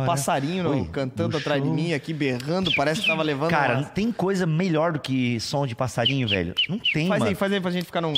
passarinho cantando atrás de mim aqui, berrando, parece que tava levando... Cara, não tem coisa melhor do que som de passarinho, velho. Não tem, mano. Faz aí pra gente ficar num...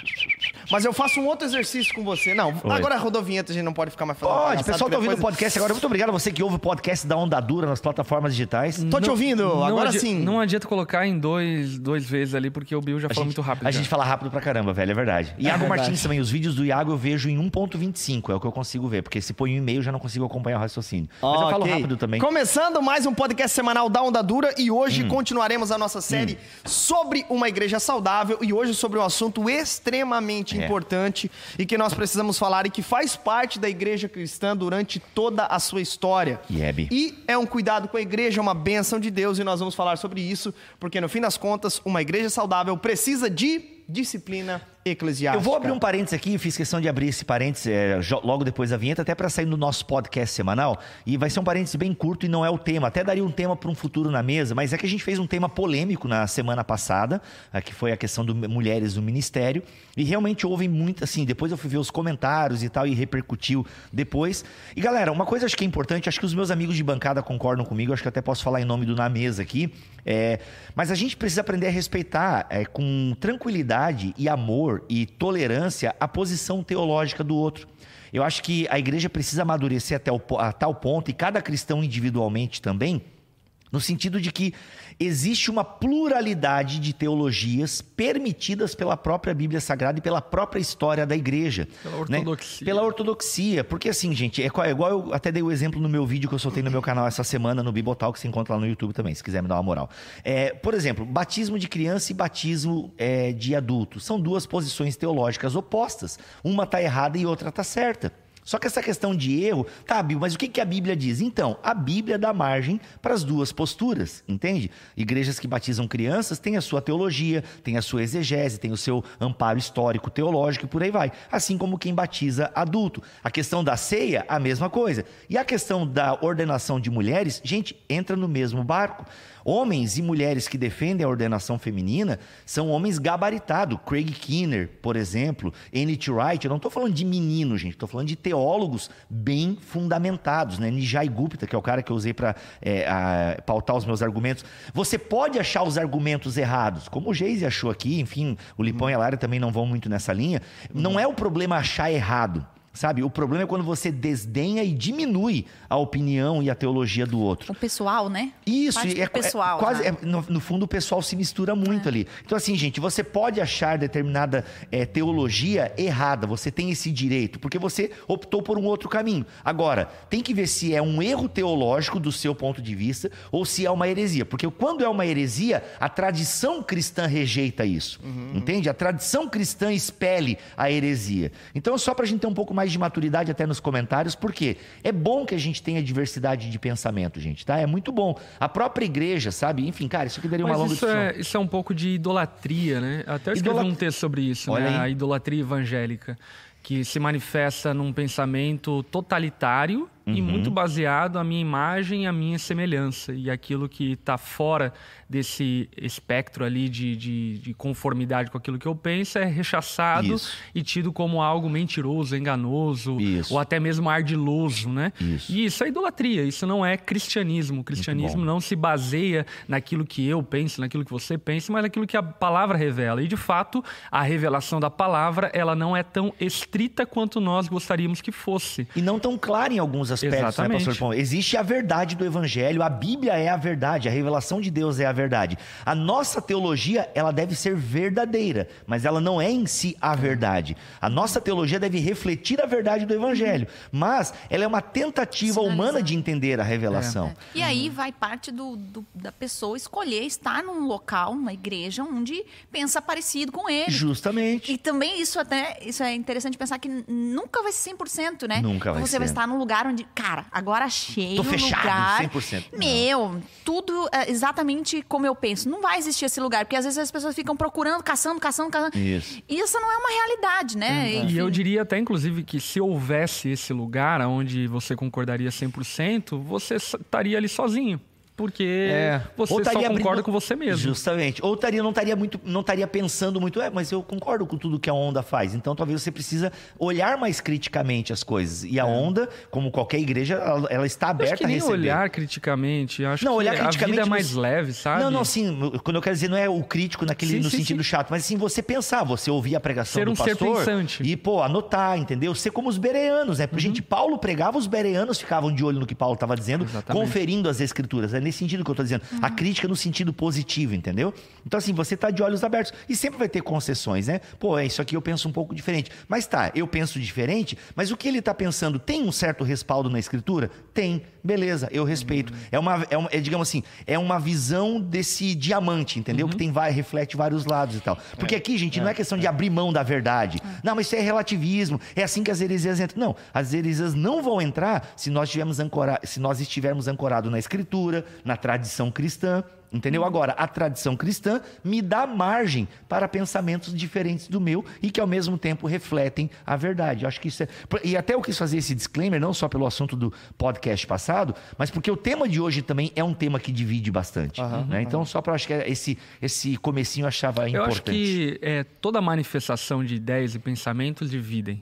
Mas eu faço um outro exercício com você. Não, agora a rodovinheta a gente não pode ficar mais falando. Pode, o pessoal tá ouvindo o podcast agora. Muito obrigado a você que ouve o podcast da Onda Dura nas plataformas digitais. Tô te ouvindo, agora sim. Não adianta colocar em dois vezes ali, porque o Bill já falou muito rápido. A gente fala rápido pra caramba, velho, é verdade. Iago Martins também, os vídeos do Iago eu vejo em 1.25, é o que eu consigo ver, porque se põe um e-mail eu já não consigo acompanhar o raciocínio. Mas eu falo rápido também. Começando mais um podcast semanal da Onda Dura e hoje continuaremos a nossa série sobre uma igreja saudável e hoje sobre um assunto extremamente importante e que nós precisamos falar e que faz parte da igreja cristã durante toda a sua história. E é um cuidado com a igreja, é uma bênção de Deus e nós vamos falar sobre isso, porque no fim das contas, uma igreja saudável precisa de disciplina eclesiástica. Eu vou abrir um parênteses aqui, fiz questão de abrir esse parênteses logo depois da vinheta, até para sair no nosso podcast semanal, e vai ser um parênteses bem curto e não é o tema, até daria um tema para um futuro na mesa, mas é que a gente fez um tema polêmico na semana passada, que foi a questão de mulheres no ministério, e realmente houve muito, assim, depois eu fui ver os comentários e tal, e repercutiu depois. E galera, uma coisa acho que é importante, acho que os meus amigos de bancada concordam comigo, acho que até posso falar em nome do Na Mesa aqui, mas a gente precisa aprender a respeitar com tranquilidade e amor e tolerância a posição teológica do outro. Eu acho que a igreja precisa amadurecer a tal ponto, e cada cristão individualmente também, no sentido de que existe uma pluralidade de teologias permitidas pela própria Bíblia Sagrada e pela própria história da igreja. Pela ortodoxia. Né? Pela ortodoxia. Porque assim, gente, é igual eu até dei o exemplo no meu vídeo que eu soltei no meu canal essa semana, no Bibotal, que você encontra lá no YouTube também, se quiser me dar uma moral. Por exemplo, batismo de criança e batismo de adulto. São duas posições teológicas opostas. Uma está errada e outra está certa. Só que essa questão de erro, tá, Bill, mas o que a Bíblia diz? Então, a Bíblia dá margem para as duas posturas, entende? Igrejas que batizam crianças têm a sua teologia, têm a sua exegese, têm o seu amparo histórico, teológico e por aí vai. Assim como quem batiza adulto. A questão da ceia, a mesma coisa. E a questão da ordenação de mulheres, gente, entra no mesmo barco. Homens e mulheres que defendem a ordenação feminina são homens gabaritados. Craig Keener, por exemplo, N.T. Wright. Eu não estou falando de menino, gente. Estou falando de teólogos bem fundamentados, né? Nijai Gupta, que é o cara que eu usei para pautar os meus argumentos. Você pode achar os argumentos errados, como o Geise achou aqui. Enfim, o Lipão e a Lara também não vão muito nessa linha. Não é o problema achar errado. Sabe, o problema é quando você desdenha e diminui a opinião e a teologia do outro. O pessoal, né? Isso, pessoal, quase, né? no fundo o pessoal se mistura muito ali. Então assim, gente, você pode achar determinada teologia errada, você tem esse direito, porque você optou por um outro caminho. Agora, tem que ver se é um erro teológico do seu ponto de vista ou se é uma heresia, porque quando é uma heresia, a tradição cristã rejeita isso, entende? A tradição cristã expele a heresia. Então, só pra gente ter um pouco mais de maturidade até nos comentários, porque é bom que a gente tenha diversidade de pensamento, gente, tá? É muito bom. A própria igreja, sabe? Enfim, cara, isso aqui daria uma longa discussão. Isso é um pouco de idolatria, né? Até escrevi um texto sobre isso, né? A idolatria evangélica, que se manifesta num pensamento totalitário e muito baseado à minha imagem e à minha semelhança. E aquilo que está fora desse espectro ali de conformidade com aquilo que eu penso é rechaçado e tido como algo mentiroso, enganoso ou até mesmo ardiloso, né? E isso é idolatria, isso não é cristianismo. O cristianismo não se baseia naquilo que eu penso, naquilo que você pensa, mas naquilo que a palavra revela. E, de fato, a revelação da palavra, ela não é tão estrita quanto nós gostaríamos que fosse. E não tão clara em alguns aspectos, né, pastor Pão? Existe a verdade do evangelho, a Bíblia é a verdade, a revelação de Deus é a verdade. A nossa teologia, ela deve ser verdadeira, mas ela não é em si a verdade. A nossa teologia deve refletir a verdade do evangelho, mas ela é uma tentativa humana de entender a revelação. E aí vai parte da pessoa escolher estar num local, numa igreja, onde pensa parecido com ele. Justamente. E também isso é interessante pensar que nunca vai ser 100%, né? Nunca vai ser. Você vai estar num lugar onde, cara, agora achei Tô fechado, lugar... 100%. Meu, tudo exatamente como eu penso. Não vai existir esse lugar, porque às vezes as pessoas ficam procurando, caçando. Isso. E isso não é uma realidade, né? E eu diria até, inclusive, que se houvesse esse lugar onde você concordaria 100%, você estaria ali sozinho. porque você só concorda com você mesmo. Justamente. Ou não estaria pensando muito, mas eu concordo com tudo que a Onda faz. Então, talvez você precisa olhar mais criticamente as coisas. E a Onda, como qualquer igreja, ela está aberta a receber. Olhar criticamente. Acho que olhar criticamente a vida é mais leve, sabe? Não, assim, quando eu quero dizer, não é o crítico no sentido chato, mas assim, você pensar, você ouvir a pregação do pastor. Ser um ser pensante. E, anotar, entendeu? Ser como os bereanos, né? Gente, Paulo pregava, os bereanos ficavam de olho no que Paulo estava dizendo, conferindo as escrituras. É nesse sentido que eu estou dizendo. A crítica no sentido positivo, entendeu? Então, assim, você está de olhos abertos. E sempre vai ter concessões, né? Isso aqui eu penso um pouco diferente. Mas eu penso diferente, mas o que ele está pensando tem um certo respaldo na escritura? Tem. Beleza, eu respeito. Digamos assim, é uma visão desse diamante, entendeu? Que reflete vários lados e tal. Porque aqui, gente, não é questão de abrir mão da verdade. Não, mas isso é relativismo. É assim que as heresias entram. Não, as heresias não vão entrar se nós estivermos ancorados na escritura, na tradição cristã, entendeu? Agora, a tradição cristã me dá margem para pensamentos diferentes do meu e que ao mesmo tempo refletem a verdade. Eu acho que isso é... E até eu quis fazer esse disclaimer, não só pelo assunto do podcast passado, mas porque o tema de hoje também é um tema que divide bastante. Né? Então, só para acho que esse comecinho eu achava importante. Eu acho que toda manifestação de ideias e pensamentos dividem.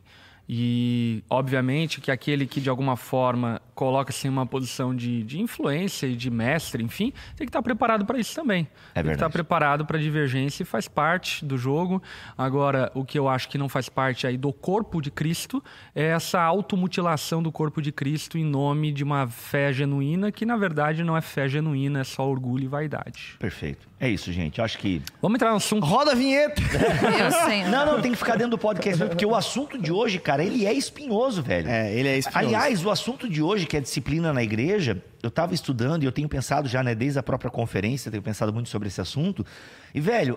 E, obviamente, que aquele que, de alguma forma, coloca-se em uma posição de influência e de mestre, enfim, tem que estar preparado para isso também. Tem que estar preparado para a divergência e faz parte do jogo. Agora, o que eu acho que não faz parte aí do corpo de Cristo é essa automutilação do corpo de Cristo em nome de uma fé genuína, que, na verdade, não é fé genuína, é só orgulho e vaidade. Perfeito. É isso, gente. Eu acho que... Vamos entrar no assunto. Roda a vinheta! Eu sei. Não, tem que ficar dentro do podcast, porque o assunto de hoje, cara, ele é espinhoso, velho. Ele é espinhoso. Aliás, o assunto de hoje, que é disciplina na igreja, eu estava estudando e eu tenho pensado já, né, desde a própria conferência, eu tenho pensado muito sobre esse assunto. E, velho,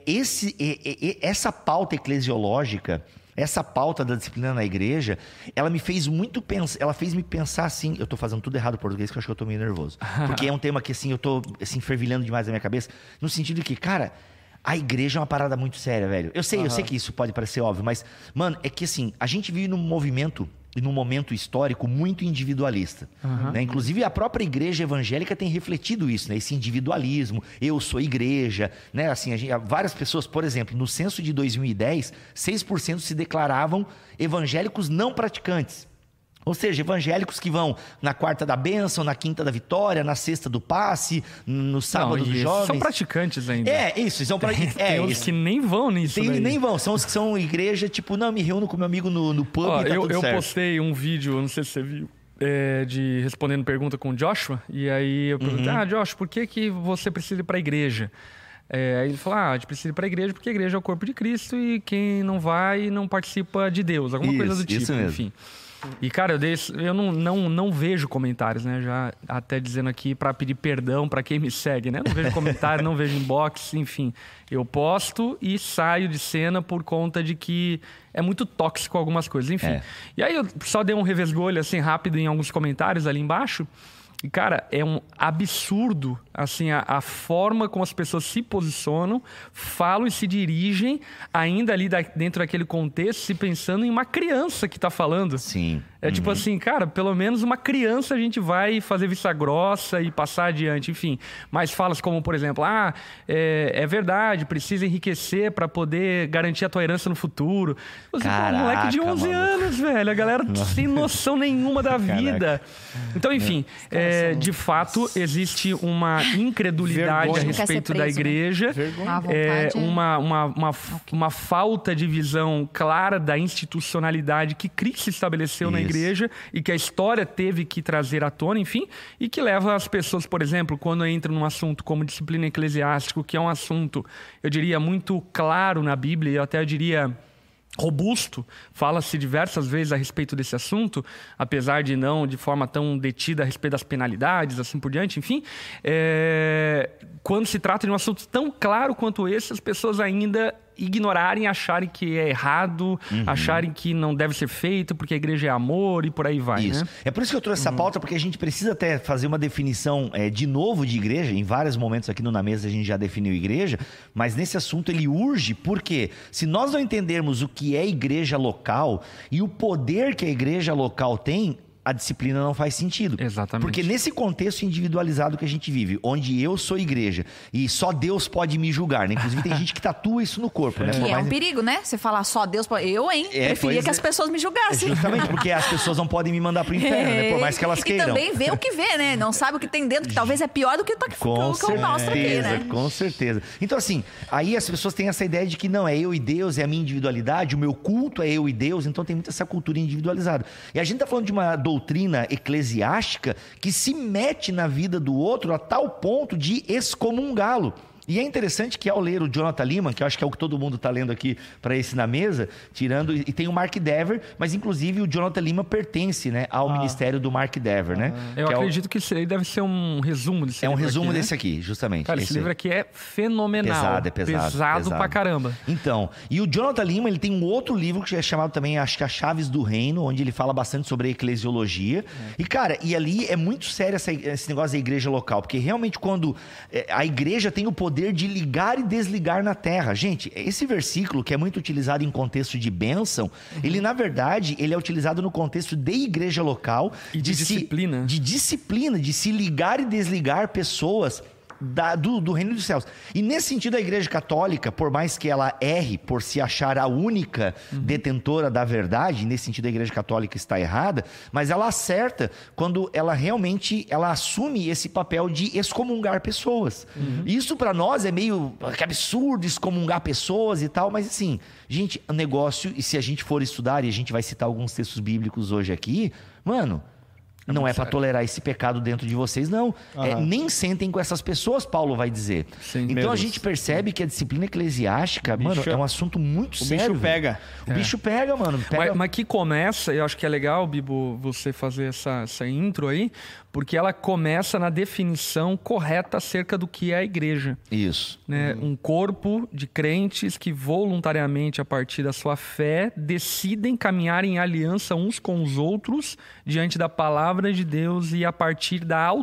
essa pauta eclesiológica, essa pauta da disciplina na igreja, ela me fez muito pensar, ela fez me pensar assim, eu tô fazendo tudo errado em português, que eu acho que eu tô meio nervoso. Porque é um tema que, assim, eu tô, assim, fervilhando demais na minha cabeça, no sentido de que, cara, a igreja é uma parada muito séria, velho. Eu sei que isso pode parecer óbvio, mas, mano, é que, assim, a gente vive num movimento e num momento histórico muito individualista. Né? Inclusive, a própria igreja evangélica tem refletido isso, né? Esse individualismo, eu sou igreja. Né? Assim, várias pessoas, por exemplo, no censo de 2010, 6% se declaravam evangélicos não praticantes. Ou seja, evangélicos que vão na quarta da bênção, na quinta da vitória, na sexta do passe, no sábado dos jovens. São praticantes ainda. Isso. São tem uns que nem vão nisso. Nem vão. São os que são igreja, tipo, não, me reúno com meu amigo no pub e tá tudo certo. Eu postei um vídeo, não sei se você viu, de respondendo pergunta com o Joshua. E aí eu perguntei, Joshua, por que você precisa ir para a igreja? Aí ele falou, a gente precisa ir para a igreja porque a igreja é o corpo de Cristo e quem não vai não participa de Deus. Alguma coisa do tipo, isso mesmo. Enfim. E, cara, eu não vejo comentários, né? Já até dizendo aqui para pedir perdão para quem me segue, né? Não vejo comentário, não vejo inbox, enfim. Eu posto e saio de cena por conta de que é muito tóxico algumas coisas, enfim. E aí eu só dei um revesgolho, assim, rápido em alguns comentários ali embaixo. E, cara, é um absurdo, assim, a forma como as pessoas se posicionam, falam e se dirigem, ainda ali dentro daquele contexto, se pensando em uma criança que tá falando. Sim. Tipo assim, cara, pelo menos uma criança a gente vai fazer vista grossa e passar adiante, enfim. Mas falas como, por exemplo, é verdade, precisa enriquecer para poder garantir a tua herança no futuro. Caraca, um moleque de 11 anos, velho, a galera sem noção nenhuma da vida. Então, enfim, de fato, existe uma incredulidade a respeito da igreja, uma falta de visão clara da institucionalidade que Cristo estabeleceu na igreja e que a história teve que trazer à tona, enfim, e que leva as pessoas, por exemplo, quando entram num assunto como disciplina eclesiástica, que é um assunto, eu diria, muito claro na Bíblia, eu até diria robusto, fala-se diversas vezes a respeito desse assunto, apesar de não de forma tão detida a respeito das penalidades, assim por diante, enfim, quando se trata de um assunto tão claro quanto esse, as pessoas ainda ignorarem, acharem que é errado, acharem que não deve ser feito porque a igreja é amor e por aí vai. Isso. Né? É por isso que eu trouxe essa pauta, porque a gente precisa até fazer uma definição de novo de igreja. Em vários momentos aqui no Na Mesa a gente já definiu igreja, mas nesse assunto ele urge, porque se nós não entendermos o que é igreja local e o poder que a igreja local tem, a disciplina não faz sentido. Exatamente. Porque nesse contexto individualizado que a gente vive, onde eu sou igreja e só Deus pode me julgar, né? Inclusive tem gente que tatua isso no corpo, né? Que é um perigo, né? Você falar só Deus pode... Eu, preferia que as pessoas me julgassem. Justamente, porque as pessoas não podem me mandar pro inferno, né? Por mais que elas queiram. E também vê o que vê, né? Não sabe o que tem dentro, que talvez é pior do que o que eu mostro aqui, né? Com certeza. Então, assim, aí as pessoas têm essa ideia de que não, é eu e Deus, é a minha individualidade, o meu culto é eu e Deus, então tem muita essa cultura individualizada. E a gente tá falando de uma doutrina eclesiástica que se mete na vida do outro a tal ponto de excomungá-lo. E é interessante que ao ler o Jonathan Leeman, que eu acho que é o que todo mundo está lendo aqui para esse na mesa, e tem o Mark Dever, mas inclusive o Jonathan Leeman pertence, né, ao ministério do Mark Dever, né? Eu acredito que isso aí deve ser um resumo desse livro. É um resumo aqui, desse aqui, justamente. Cara, esse livro aqui é fenomenal. É pesado. Pesado pra caramba. Então, e o Jonathan Leeman, ele tem um outro livro que é chamado também, acho que As Chaves do Reino, onde ele fala bastante sobre a eclesiologia. E, cara, ali é muito sério esse negócio da igreja local, porque realmente quando a igreja tem o poder de ligar e desligar na terra. Gente, esse versículo, que é muito utilizado em contexto de bênção, ele, na verdade, ele é utilizado no contexto de igreja local. E de disciplina. De disciplina, de se ligar e desligar pessoas do reino dos céus. E nesse sentido, a igreja católica, por mais que ela erre por se achar a única detentora da verdade, nesse sentido a igreja católica está errada, mas ela acerta quando ela realmente assume esse papel de excomungar pessoas. Isso para nós é meio que absurdo, excomungar pessoas e tal, mas assim, gente, o negócio, e se a gente for estudar, e a gente vai citar alguns textos bíblicos hoje aqui, mano, não é para tolerar esse pecado dentro de vocês, não. Nem sentem com essas pessoas, Paulo vai dizer. Sim, então a gente percebe que a disciplina eclesiástica, mano, é um assunto muito sério. O bicho pega. O bicho pega, mano. Mas que começa, eu acho que é legal, Bibo, você fazer essa intro aí, porque ela começa na definição correta acerca do que é a igreja. Isso. Né? Um corpo de crentes que voluntariamente, a partir da sua fé, decidem caminhar em aliança uns com os outros diante da palavra de Deus e a partir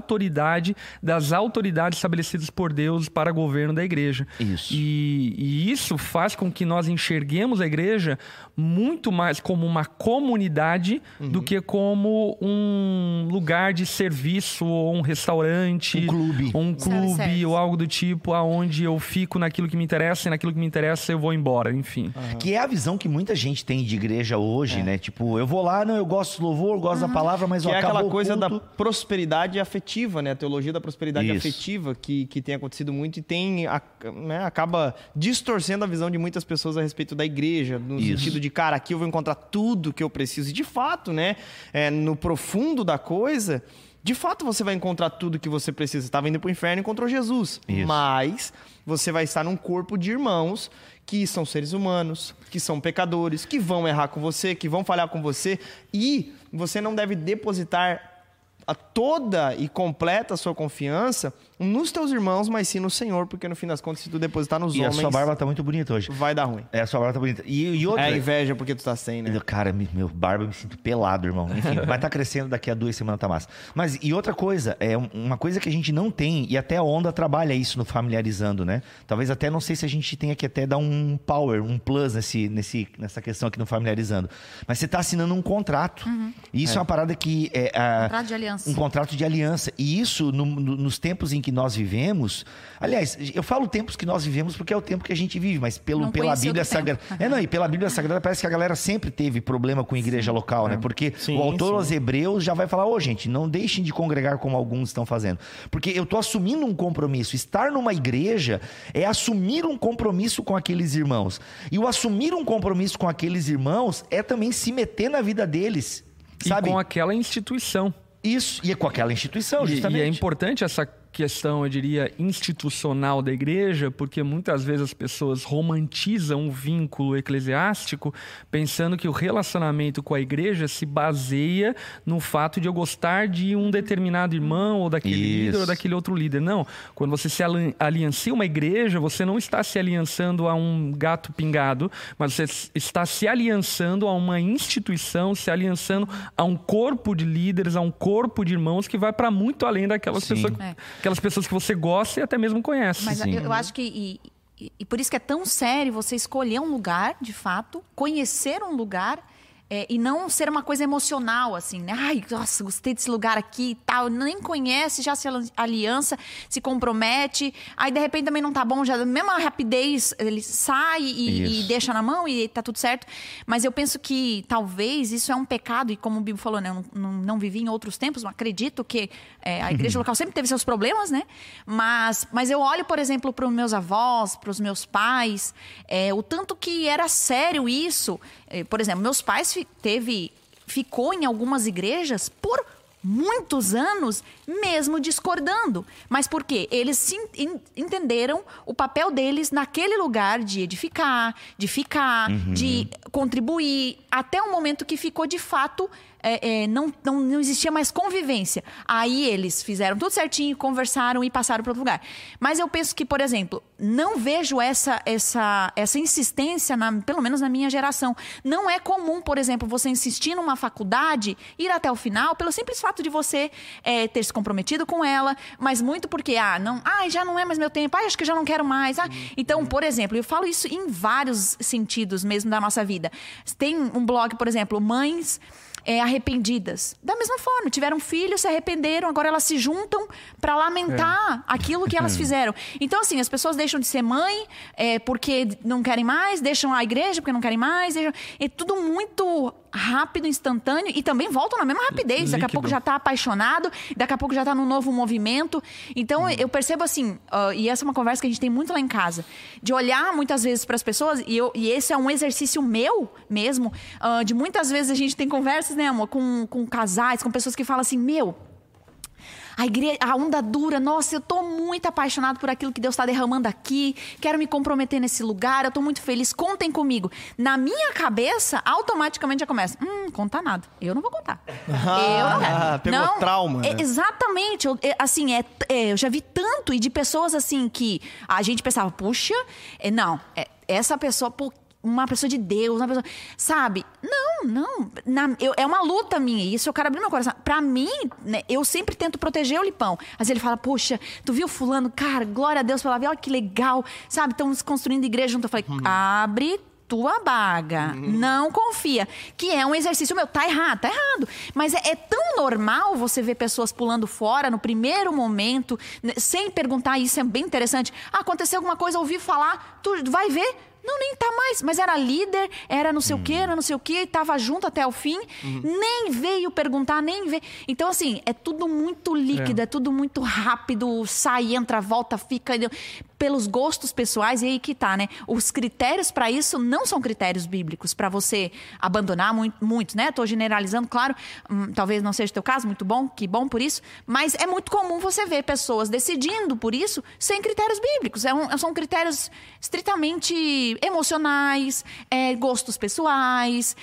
das autoridades estabelecidas por Deus para o governo da igreja. Isso. E isso faz com que nós enxerguemos a igreja muito mais como uma comunidade do que como um lugar de serviço ou um restaurante, um clube ou algo do tipo, aonde eu fico naquilo que me interessa e naquilo que me interessa eu vou embora, enfim. Que é a visão que muita gente tem de igreja hoje, né? Tipo, eu vou lá, não, eu gosto do louvor, gosto da palavra, mas que é aquela coisa da prosperidade afetiva, né? A teologia da prosperidade afetiva que tem acontecido muito e acaba distorcendo a visão de muitas pessoas a respeito da igreja, no sentido de, cara, aqui eu vou encontrar tudo que eu preciso. E de fato, né? No profundo da coisa, de fato você vai encontrar tudo que você precisa. Você estava indo para o inferno e encontrou Jesus. Mas você vai estar num corpo de irmãos que são seres humanos, que são pecadores, que vão errar com você, que vão falhar com você. E você não deve depositar toda e completa a sua confiança nos teus irmãos, mas sim no Senhor, porque no fim das contas, se tu depositar nos homens... E a sua barba tá muito bonita hoje. Vai dar ruim. A sua barba tá bonita. E outra... É inveja porque tu tá sem, né? Cara, meu barba, eu me sinto pelado, irmão. Enfim, vai estar crescendo daqui a 2 semanas, tá massa. Mas, e outra coisa, uma coisa que a gente não tem, e até a Onda trabalha isso no Familiarizando, né? Talvez até, não sei se a gente tenha que até dar um power, um plus nessa questão aqui no Familiarizando. Mas você tá assinando um contrato. E isso é uma parada que... Contrato de aliança. Um contrato de aliança. E isso, nos tempos em que nós vivemos... Aliás, eu falo tempos que nós vivemos porque é o tempo que a gente vive, mas pela Bíblia Sagrada... E pela Bíblia Sagrada parece que a galera sempre teve problema com igreja local, né? Porque o autor aos Hebreus já vai falar, gente, não deixem de congregar como alguns estão fazendo. Porque eu tô assumindo um compromisso. Estar numa igreja é assumir um compromisso com aqueles irmãos. E o assumir um compromisso com aqueles irmãos é também se meter na vida deles, sabe? E com aquela instituição. Isso, e é com aquela instituição, justamente. E é importante essa questão, eu diria, institucional da igreja, porque muitas vezes as pessoas romantizam o vínculo eclesiástico pensando que o relacionamento com a igreja se baseia no fato de eu gostar de um determinado irmão ou daquele líder ou daquele outro líder. Não, quando você se aliancia uma igreja, você não está se aliançando a um gato pingado, mas você está se aliançando a uma instituição, se aliançando a um corpo de líderes, a um corpo de irmãos que vai para muito além daquelas pessoas... Aquelas pessoas que você gosta e até mesmo conhece. Mas eu acho que... E por isso que é tão sério você escolher um lugar, de fato, conhecer um lugar e não ser uma coisa emocional, assim, né? Ai, nossa, gostei desse lugar aqui e tal. Nem conhece, já se aliança, se compromete. Aí, de repente, também não tá bom. Já, mesmo a rapidez, ele sai e deixa na mão e tá tudo certo. Mas eu penso que, talvez, isso é um pecado. E como o Bibo falou, né? Eu não vivi em outros tempos. Mas acredito que a igreja local sempre teve seus problemas, né? Mas eu olho, por exemplo, para os meus avós, para os meus pais, o tanto que era sério isso. Por exemplo, meus pais ficou em algumas igrejas por muitos anos, mesmo discordando. Mas por quê? Eles entenderam o papel deles naquele lugar de edificar, de ficar, de contribuir, até um momento que ficou de fato... não existia mais convivência. Aí eles fizeram tudo certinho, conversaram e passaram para outro lugar. Mas eu penso que, por exemplo, não vejo essa insistência, pelo menos na minha geração. Não é comum, por exemplo, você insistir numa faculdade, ir até o final, pelo simples fato de você ter se comprometido com ela, mas muito porque, já não é mais meu tempo, acho que já não quero mais. Então, por exemplo, eu falo isso em vários sentidos mesmo da nossa vida. Tem um blog, por exemplo, Mães... arrependidas. Da mesma forma, tiveram filhos, se arrependeram, agora elas se juntam para lamentar aquilo que elas fizeram. Então, assim, as pessoas deixam de ser mãe porque não querem mais, deixam a igreja porque não querem mais. É tudo muito rápido, instantâneo, e também voltam na mesma rapidez. Daqui a pouco já tá apaixonado, daqui a pouco já tá num novo movimento. Então, eu percebo assim, e essa é uma conversa que a gente tem muito lá em casa, de olhar muitas vezes para as pessoas, e esse é um exercício meu mesmo, de muitas vezes a gente tem conversas, né, amor, com casais, com pessoas que falam assim, a onda dura, nossa, eu tô muito apaixonado por aquilo que Deus está derramando aqui, quero me comprometer nesse lugar, eu tô muito feliz, contem comigo. Na minha cabeça, automaticamente já começa, conta nada, eu não vou contar. Eu não quero. Pegou trauma. Né? Exatamente, eu já vi tanto, e de pessoas assim que a gente pensava, puxa, essa pessoa, uma pessoa de Deus, uma pessoa... Sabe? Não. É uma luta minha. Isso eu quero abrir meu coração. Pra mim, né, eu sempre tento proteger o Lipão. Às vezes ele fala, poxa, tu viu fulano? Cara, glória a Deus pela vida. Olha que legal. Sabe? Estamos construindo igreja junto. Eu falei, abre tua baga. Não confia. Que é um exercício meu. Tá errado. Mas é tão normal você ver pessoas pulando fora no primeiro momento, sem perguntar. Isso é bem interessante. Aconteceu alguma coisa, ouvi falar, tu vai ver... Não, nem tá mais. Mas era líder, era não sei o quê, tava junto até o fim. Nem veio perguntar, nem veio. Então, assim, é tudo muito líquido, é tudo muito rápido. Sai, entra, volta, fica... Pelos gostos pessoais, e aí que tá, né? Os critérios para isso não são critérios bíblicos, para você abandonar muito, né? Tô generalizando, claro. Talvez não seja o teu caso, muito bom, que bom por isso. Mas é muito comum você ver pessoas decidindo por isso sem critérios bíblicos. São critérios estritamente emocionais, gostos pessoais,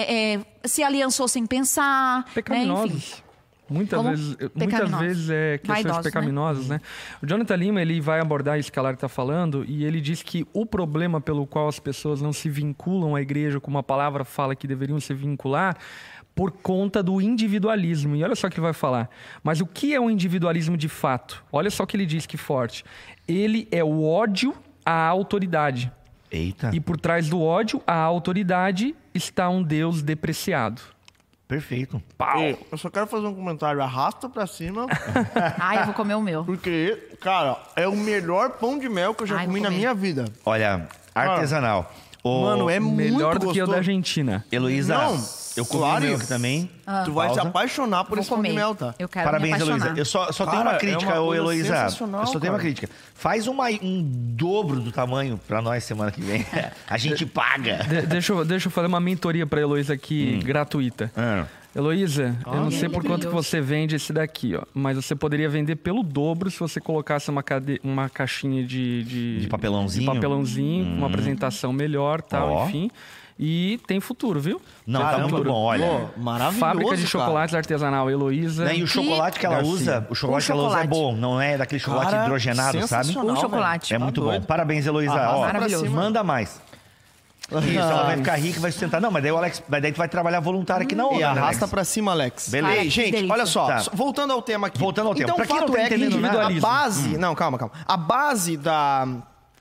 se aliançou sem pensar, pecaminosos. Né? Enfim. Muitas vezes questões vaidosos, pecaminosas, né? O Jonathan Lima, ele vai abordar isso que a Lara está falando, e ele diz que o problema pelo qual as pessoas não se vinculam à igreja, como a palavra fala que deveriam se vincular, por conta do individualismo. E olha só o que ele vai falar. Mas o que é um individualismo de fato? Olha só o que ele diz, que forte. Ele é o ódio à autoridade. Eita. E por trás do ódio à autoridade está um Deus depreciado. Perfeito. Pau. Eu só quero fazer um comentário. Arrasta pra cima. Eu vou comer o meu. Porque, cara, é o melhor pão de mel que eu já comi na minha vida. Olha, artesanal. Mano, é muito melhor do gostoso. que o da Argentina. Heloísa, eu comi o meu aqui também. Tu vai se apaixonar por esse pão de mel, tá? Eu quero Parabéns, me apaixonar. Heloísa. Eu só tenho uma crítica, Heloísa. Eu só tenho uma crítica. Faz um dobro do tamanho pra nós semana que vem. A gente paga. Deixa eu fazer uma mentoria pra Heloísa aqui, gratuita. Heloísa, eu não sei por quanto que você vende esse daqui, ó, mas você poderia vender pelo dobro se você colocasse uma caixinha de papelãozinho, uma apresentação melhor, tal, enfim. E tem futuro, viu? Não, tá muito bom, olha. Maravilhoso, Fábrica de chocolates artesanal, Heloísa. E o chocolate que ela usa, é bom, não é daquele chocolate hidrogenado, sabe? O chocolate. É muito bom. Parabéns, Heloísa. Maravilhoso. Manda mais. Isso, ela vai ficar rica e vai sustentar. Não, mas daí o Alex, tu vai trabalhar voluntário aqui na onda. E arrasta pra cima, Alex. Beleza. Ei, gente, olha só. Voltando ao tema aqui. Então, pra quem não tá entendendo nada, a base... Não, calma. A base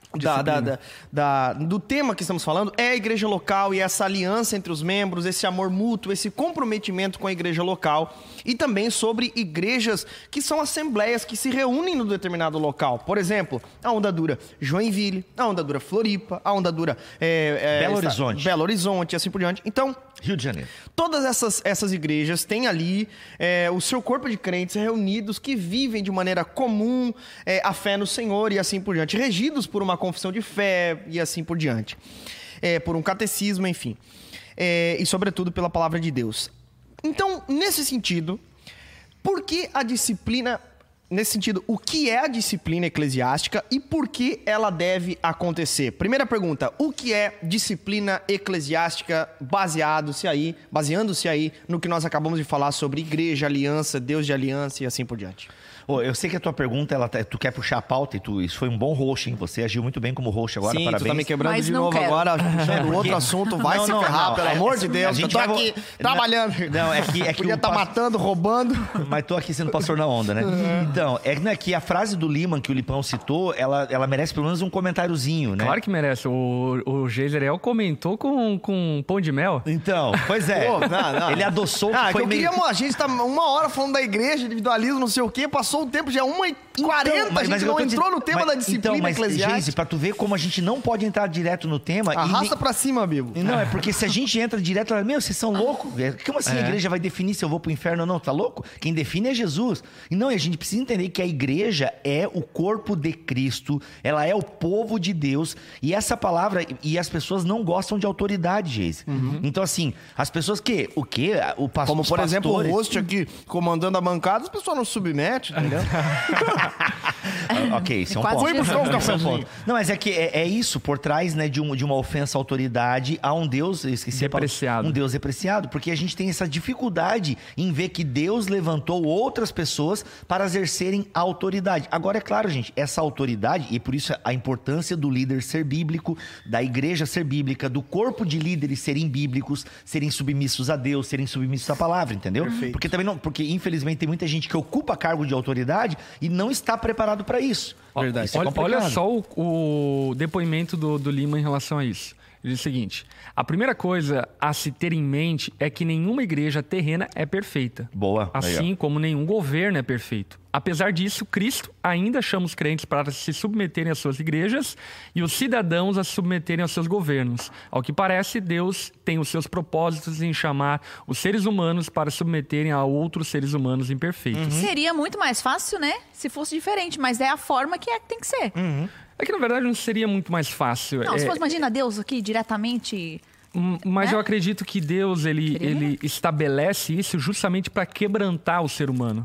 do tema que estamos falando é a igreja local e essa aliança entre os membros, esse amor mútuo, esse comprometimento com a igreja local, e também sobre igrejas que são assembleias que se reúnem no determinado local. Por exemplo, a Onda Dura Joinville, a Onda Dura Floripa, a Onda Dura Belo Horizonte, e assim por diante. Então, Rio de Janeiro. Todas essas igrejas têm ali o seu corpo de crentes reunidos que vivem de maneira comum a fé no Senhor e assim por diante, regidos por uma confissão de fé e assim por diante, por um catecismo, enfim, e sobretudo pela palavra de Deus. Então, nesse sentido, por que a disciplina... Nesse sentido, o que é a disciplina eclesiástica e por que ela deve acontecer? Primeira pergunta, o que é disciplina eclesiástica baseando-se aí no que nós acabamos de falar sobre igreja, aliança, Deus de aliança e assim por diante? Eu sei que a tua pergunta, tu quer puxar a pauta e isso foi um bom host, hein? Você agiu muito bem como host agora, sim, parabéns. Tu tá me quebrando mas de novo quero. Agora, puxando outro assunto, vai se ferrar, pelo amor de Deus. Eu tô aqui trabalhando. Não, é que podia estar matando, roubando. Mas tô aqui sendo pastor na onda, né? Então, é que a frase do Liman que o Lipão citou, ela merece pelo menos um comentáriozinho, né? Claro que merece. O Geiseriel comentou com pão de mel. Então, pois é. Pô, não. Ele adoçou que foi meio... A gente tá 1 hora falando da igreja, individualismo, não sei o quê, passou o tempo, já 1h40, a gente não entrou no tema da disciplina eclesiástica. Geise, pra tu ver como a gente não pode entrar direto no tema... Arrasta pra cima, Bibo. Não, é porque se a gente entra direto, vocês são loucos. Como assim a igreja vai definir se eu vou pro inferno ou não? Tá louco? Quem define é Jesus. E não, a gente precisa entender que a igreja é o corpo de Cristo, ela é o povo de Deus, e essa palavra, e as pessoas não gostam de autoridade, Geise. Então, assim, as pessoas o quê? Como, por exemplo, o host aqui comandando a bancada, as pessoas não submetem, entendeu? Ok, isso é um ponto. Foi buscar um cafezinho. Não, mas é que é isso, por trás, né, de uma ofensa à autoridade a um Deus, eu esqueci depreciado. Um Deus depreciado, porque a gente tem essa dificuldade em ver que Deus levantou outras pessoas para exercerem a autoridade. Agora, é claro, gente, essa autoridade, e por isso a importância do líder ser bíblico, da igreja ser bíblica, do corpo de líderes serem bíblicos, serem submissos a Deus, serem submissos à palavra, entendeu? Perfeito. Porque infelizmente tem muita gente que ocupa cargo de autoridade e não está preparado para isso. Verdade. Isso olha só o depoimento do Lima em relação a isso. Ele diz o seguinte: a primeira coisa a se ter em mente é que nenhuma igreja terrena é perfeita. Boa. Assim como nenhum governo é perfeito. Apesar disso, Cristo ainda chama os crentes para se submeterem às suas igrejas e os cidadãos a se submeterem aos seus governos. Ao que parece, Deus tem os seus propósitos em chamar os seres humanos para se submeterem a outros seres humanos imperfeitos. Seria muito mais fácil, né? Se fosse diferente, mas é a forma que tem que ser. É que, na verdade, não seria muito mais fácil. Não, se fosse, imagina Deus aqui diretamente... Mas eu acredito que Deus ele estabelece isso justamente para quebrantar o ser humano.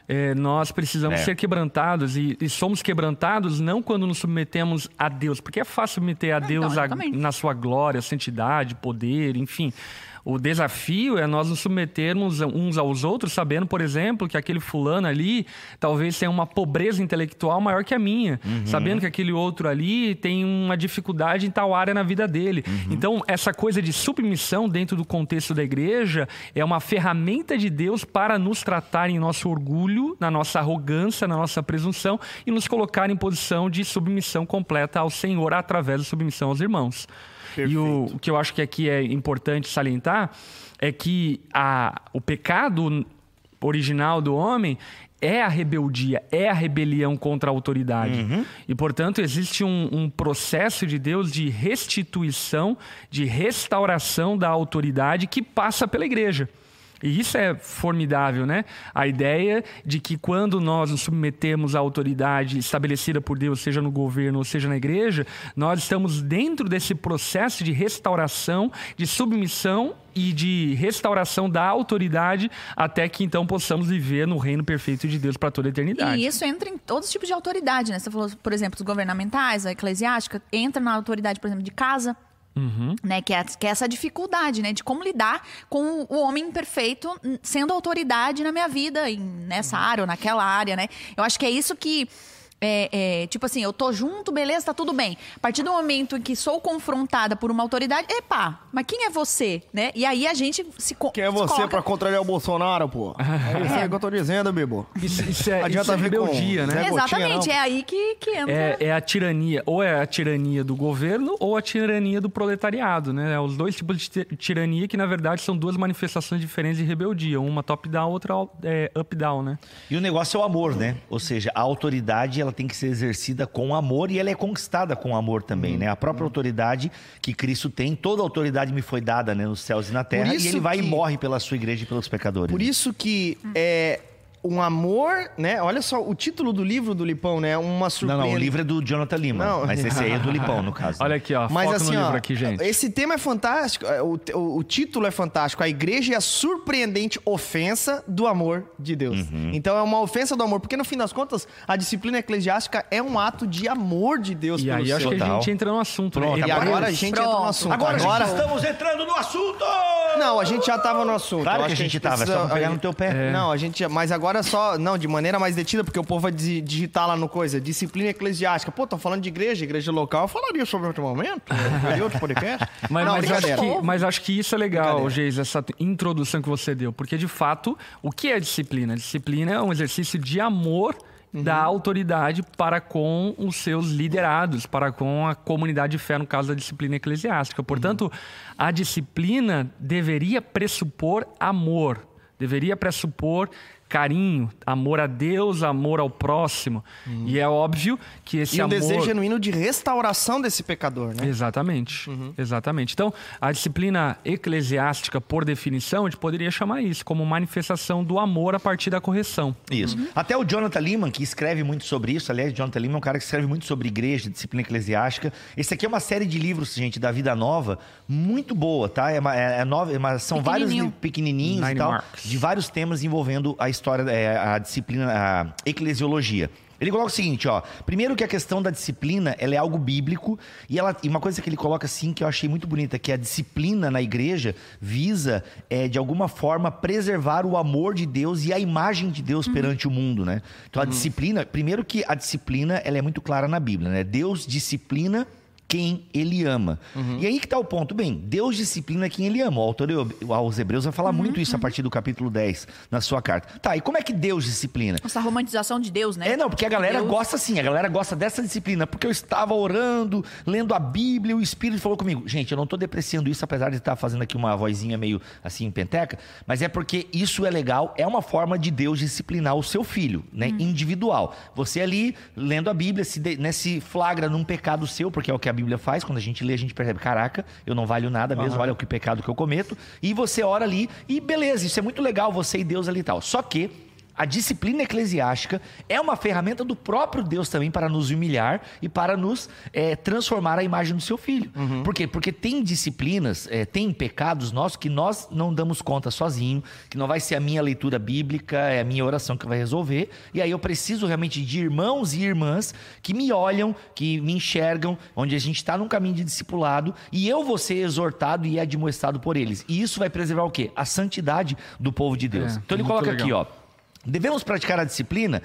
Nós precisamos ser quebrantados e somos quebrantados não quando nos submetemos a Deus, porque é fácil submeter a Deus na sua glória, santidade, poder, enfim. O desafio é nós nos submetermos uns aos outros, sabendo, por exemplo, que aquele fulano ali talvez tenha uma pobreza intelectual maior que a minha. Sabendo que aquele outro ali tem uma dificuldade em tal área na vida dele. Então, essa coisa de submissão dentro do contexto da igreja é uma ferramenta de Deus para nos tratar em nosso orgulho, na nossa arrogância, na nossa presunção e nos colocar em posição de submissão completa ao Senhor através da submissão aos irmãos. Perfeito. E o que eu acho que aqui é importante salientar é que o pecado original do homem é a rebeldia, é a rebelião contra a autoridade. E, portanto, existe um processo de Deus de restituição, de restauração da autoridade que passa pela igreja. E isso é formidável, né? A ideia de que quando nós nos submetemos à autoridade estabelecida por Deus, seja no governo ou seja na igreja, nós estamos dentro desse processo de restauração, de submissão e de restauração da autoridade até que então possamos viver no reino perfeito de Deus para toda a eternidade. E isso entra em todos os tipos de autoridade, né? Você falou, por exemplo, os governamentais, a eclesiástica, entra na autoridade, por exemplo, de casa. Né, que é essa dificuldade, né, de como lidar com o homem imperfeito sendo autoridade na minha vida, nessa área ou naquela área, né? Eu acho que é isso que tipo assim, eu tô junto, beleza, tá tudo bem. A partir do momento em que sou confrontada por uma autoridade, mas quem é você, né? E aí a gente Quem é você coloca... pra contrariar o Bolsonaro, pô? É isso aí que eu tô dizendo, Bibo. Isso é rebeldia, né? Exatamente, é aí que entra. É a tirania, ou é a tirania do governo ou a tirania do proletariado, né? Os dois tipos de tirania que, na verdade, são duas manifestações diferentes de rebeldia. Uma top-down, outra up-down, né? E o negócio é o amor, né? Ou seja, a autoridade, ela tem que ser exercida com amor e ela é conquistada com amor também, né? A própria autoridade que Cristo tem, toda autoridade me foi dada, né, nos céus e na terra, e ele vai e morre pela sua igreja e pelos pecadores. Por isso que um amor, né? Olha só, o título do livro do Lipão, né? Uma surpresa. Não, o livro é do Jonathan Lima, mas esse aí é do Lipão, no caso. Olha aqui, ó, mas foca assim, no livro aqui, gente. Esse tema é fantástico, o título é fantástico. A igreja é a surpreendente ofensa do amor de Deus. Então é uma ofensa do amor, porque no fim das contas, a disciplina eclesiástica é um ato de amor de Deus pelo céu. E aí acho que a gente entra no assunto. Pronto, né? E agora a gente entra no assunto. Agora estamos entrando no assunto! Não, a gente já estava no assunto. Claro que a gente estava, é só pegar no teu pé. Não, mas agora só, de maneira mais detida, porque o povo vai digitar lá no coisa, disciplina eclesiástica. Pô, tô falando de igreja local, eu falaria sobre outro momento, outro podcast. Mas acho que isso é legal, Geis, essa introdução que você deu, porque de fato, o que é disciplina? A disciplina é um exercício de amor da autoridade para com os seus liderados, para com a comunidade de fé, no caso da disciplina eclesiástica. Portanto, a disciplina deveria pressupor amor, deveria pressupor carinho, amor a Deus, amor ao próximo. E é óbvio que esse amor... E um desejo genuíno de restauração desse pecador, né? Exatamente, exatamente. Então, a disciplina eclesiástica, por definição, a gente poderia chamar isso como manifestação do amor a partir da correção. Isso. Até o Jonathan Leeman, que escreve muito sobre isso, aliás, Jonathan Leeman é um cara que escreve muito sobre igreja, disciplina eclesiástica. Esse aqui é uma série de livros, gente, da Vida Nova, muito boa, tá? São vários pequenininhos e tal, de vários temas envolvendo a história, a disciplina, a eclesiologia. Ele coloca o seguinte, ó. Primeiro que a questão da disciplina, ela é algo bíblico. E uma coisa que ele coloca assim, que eu achei muito bonita, que a disciplina na igreja visa, de alguma forma, preservar o amor de Deus e a imagem de Deus perante o mundo, né? Então a disciplina, primeiro que a disciplina, ela é muito clara na Bíblia, né? Deus disciplina quem ele ama. E aí que tá o ponto. Bem, Deus disciplina quem ele ama. O autor aos Hebreus vai falar muito isso a partir do capítulo 10 na sua carta. Tá, e como é que Deus disciplina? Essa romantização de Deus, né? Não, porque a galera gosta assim, a galera gosta dessa disciplina, porque eu estava orando, lendo a Bíblia, o Espírito falou comigo. Gente, eu não tô depreciando isso, apesar de estar fazendo aqui uma vozinha meio assim, penteca, mas é porque isso é legal, é uma forma de Deus disciplinar o seu filho, né? Individual. Você ali, lendo a Bíblia, se flagra num pecado seu, porque é o que a Bíblia faz, quando a gente lê, a gente percebe, caraca, eu não valho nada mesmo, olha o que pecado que eu cometo, e você ora ali, e beleza, isso é muito legal, você e Deus ali e tal. Só que a disciplina eclesiástica é uma ferramenta do próprio Deus também para nos humilhar e para nos transformar a imagem do seu filho. Por quê? Porque tem disciplinas, tem pecados nossos que nós não damos conta sozinho, que não vai ser a minha leitura bíblica, é a minha oração que vai resolver, e aí eu preciso realmente de irmãos e irmãs que me olham, que me enxergam, onde a gente está num caminho de discipulado, e eu vou ser exortado e admoestado por eles. E isso vai preservar o quê? A santidade do povo de Deus. Então ele coloca aqui, ó. Devemos praticar a disciplina?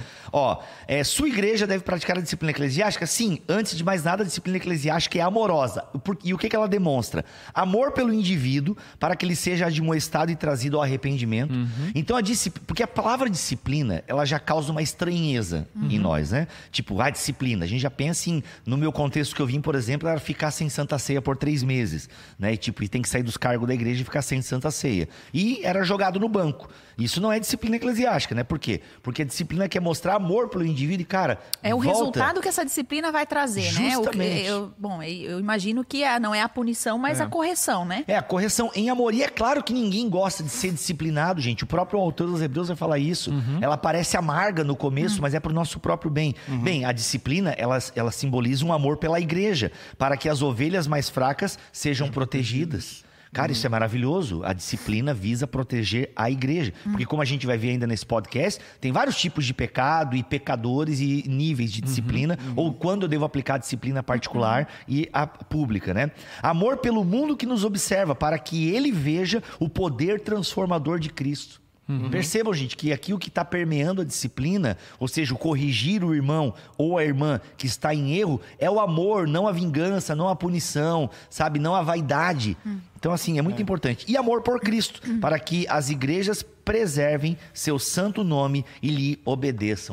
Sua igreja deve praticar a disciplina eclesiástica? Sim, antes de mais nada, a disciplina eclesiástica é amorosa. E o que ela demonstra? Amor pelo indivíduo, para que ele seja admoestado e trazido ao arrependimento. Então, porque a palavra disciplina, ela já causa uma estranheza em nós, né? Tipo, a disciplina. A gente já pensa em, no meu contexto que eu vim, por exemplo, era ficar sem Santa Ceia por 3 meses, né? E tem que sair dos cargos da igreja e ficar sem Santa Ceia. E era jogado no banco. Isso não é disciplina eclesiástica, né? Por quê? Porque a disciplina quer mostrar amor pelo indivíduo e, cara, é o resultado que essa disciplina vai trazer, justamente. Né? Eu imagino que não é a punição, mas a correção, né? A correção em amor. E é claro que ninguém gosta de ser disciplinado, gente. O próprio autor dos Hebreus vai falar isso. Ela parece amarga no começo, mas é pro nosso próprio bem. Bem, a disciplina, ela simboliza um amor pela igreja, para que as ovelhas mais fracas sejam protegidas. Cara, isso é maravilhoso. A disciplina visa proteger a igreja. Porque como a gente vai ver ainda nesse podcast, tem vários tipos de pecado e pecadores e níveis de disciplina, ou quando eu devo aplicar a disciplina particular e a pública, né? Amor pelo mundo que nos observa, para que ele veja o poder transformador de Cristo. Percebam, gente, que aqui o que está permeando a disciplina, ou seja, o corrigir o irmão ou a irmã que está em erro, é o amor, não a vingança, não a punição, sabe? Não a vaidade. Então, assim, é muito importante. E amor por Cristo, para que as igrejas preservem seu santo nome e lhe obedeçam.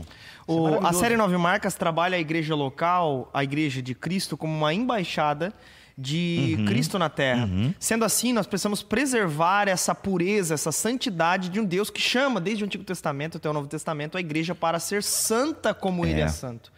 A série 9 Marcas trabalha a igreja local, a igreja de Cristo, como uma embaixada de Cristo na Terra. Sendo assim, nós precisamos preservar essa pureza, essa santidade de um Deus que chama, desde o Antigo Testamento até o Novo Testamento, a igreja para ser santa como Ele é santo.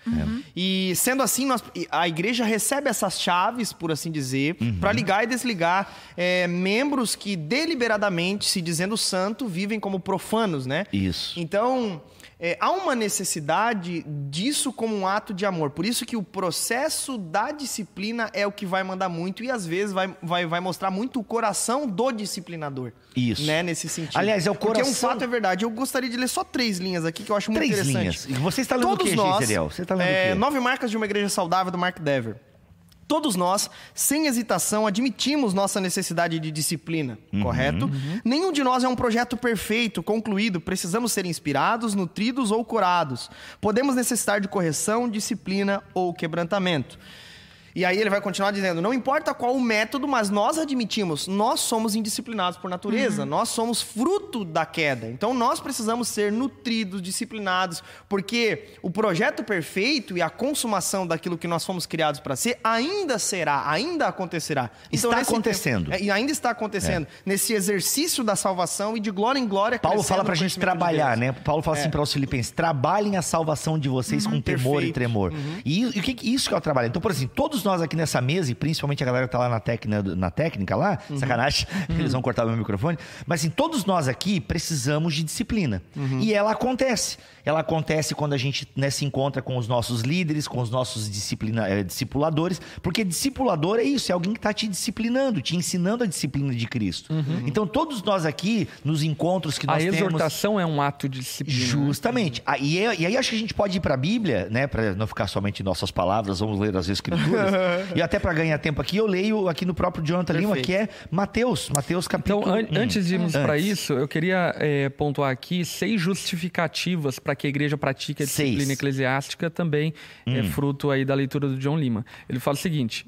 E sendo assim, a igreja recebe essas chaves, por assim dizer, para ligar e desligar membros que deliberadamente, se dizendo santo, vivem como profanos, né? Isso. Então... há uma necessidade disso como um ato de amor. Por isso que o processo da disciplina é o que vai mandar muito e às vezes vai mostrar muito o coração do disciplinador. Isso. Né, nesse sentido. Aliás, é o coração... Porque um fato é verdade. Eu gostaria de ler só 3 linhas aqui que eu acho muito interessante. 3 linhas. E você está lendo o quê, Geiseriel? Você está lendo o quê? 9 Marcas de uma Igreja Saudável, do Mark Dever. Todos nós, sem hesitação, admitimos nossa necessidade de disciplina, correto? Nenhum de nós é um projeto perfeito, concluído. Precisamos ser inspirados, nutridos ou curados. Podemos necessitar de correção, disciplina ou quebrantamento. E aí ele vai continuar dizendo, não importa qual o método, mas nós admitimos, nós somos indisciplinados por natureza, nós somos fruto da queda. Então nós precisamos ser nutridos, disciplinados, porque o projeto perfeito e a consumação daquilo que nós fomos criados para ser ainda será, ainda acontecerá. Então, está acontecendo. E ainda está acontecendo. Nesse exercício da salvação e de glória em glória. Paulo fala pra gente trabalhar, né? Paulo fala assim para os filipenses, trabalhem a salvação de vocês com temor e tremor. E isso que é o trabalho. Então, por exemplo, todos nós aqui nessa mesa, e principalmente a galera que tá lá na técnica lá, sacanagem, eles vão cortar o meu microfone, mas assim, todos nós aqui precisamos de disciplina. E ela acontece. Ela acontece quando a gente, né, se encontra com os nossos líderes, com os nossos discipuladores, porque discipulador é isso, é alguém que está te disciplinando, te ensinando a disciplina de Cristo. Então, todos nós aqui, nos encontros que nós temos... A exortação é um ato de disciplina. Justamente. E aí acho que a gente pode ir para a Bíblia, né, para não ficar somente em nossas palavras, vamos ler as Escrituras. E até para ganhar tempo aqui, eu leio aqui no próprio Jonathan Lima, que é Mateus capítulo... Então, antes de irmos para isso, eu queria pontuar aqui 6 justificativas para que a igreja pratique a disciplina eclesiástica, também é fruto aí da leitura do John Lima. Ele fala o seguinte,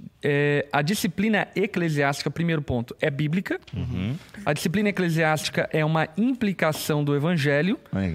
a disciplina eclesiástica, primeiro ponto, é bíblica. A disciplina eclesiástica é uma implicação do evangelho.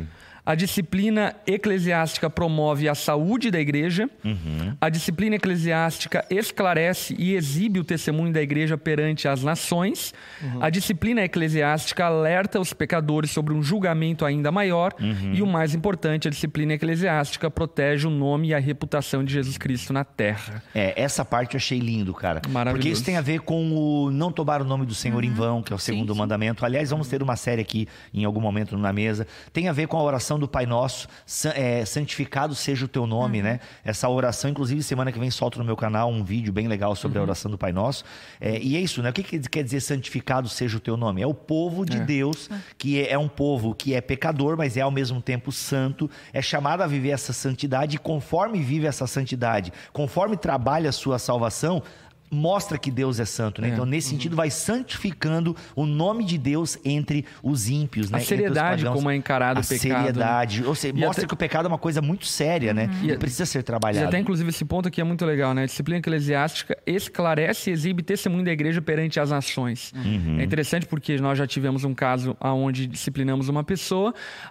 A disciplina eclesiástica promove a saúde da igreja. A disciplina eclesiástica esclarece e exibe o testemunho da igreja perante as nações. A disciplina eclesiástica alerta os pecadores sobre um julgamento ainda maior. E o mais importante, a disciplina eclesiástica protege o nome e a reputação de Jesus Cristo na terra. Essa parte eu achei lindo, cara. Maravilhoso. Porque isso tem a ver com o não tomar o nome do Senhor em vão, que é o segundo mandamento. Aliás, vamos ter uma série aqui em algum momento na mesa. Tem a ver com a oração do Pai Nosso, santificado seja o teu nome, né? Essa oração, inclusive, semana que vem solto no meu canal um vídeo bem legal sobre a oração do Pai Nosso. E é isso, né? O que quer dizer santificado seja o teu nome? É o povo de Deus, que é um povo que é pecador, mas é ao mesmo tempo santo, é chamado a viver essa santidade, e conforme vive essa santidade, conforme trabalha a sua salvação, mostra que Deus é santo, né? Então, nesse sentido, vai santificando o nome de Deus entre os ímpios, né? A seriedade como é encarado o pecado. A seriedade. Ou seja, mostra que o pecado é uma coisa muito séria, né? E precisa ser trabalhado. E até, inclusive, esse ponto aqui é muito legal, né? A disciplina eclesiástica esclarece e exibe testemunho da igreja perante as nações. É interessante porque nós já tivemos um caso onde disciplinamos uma pessoa,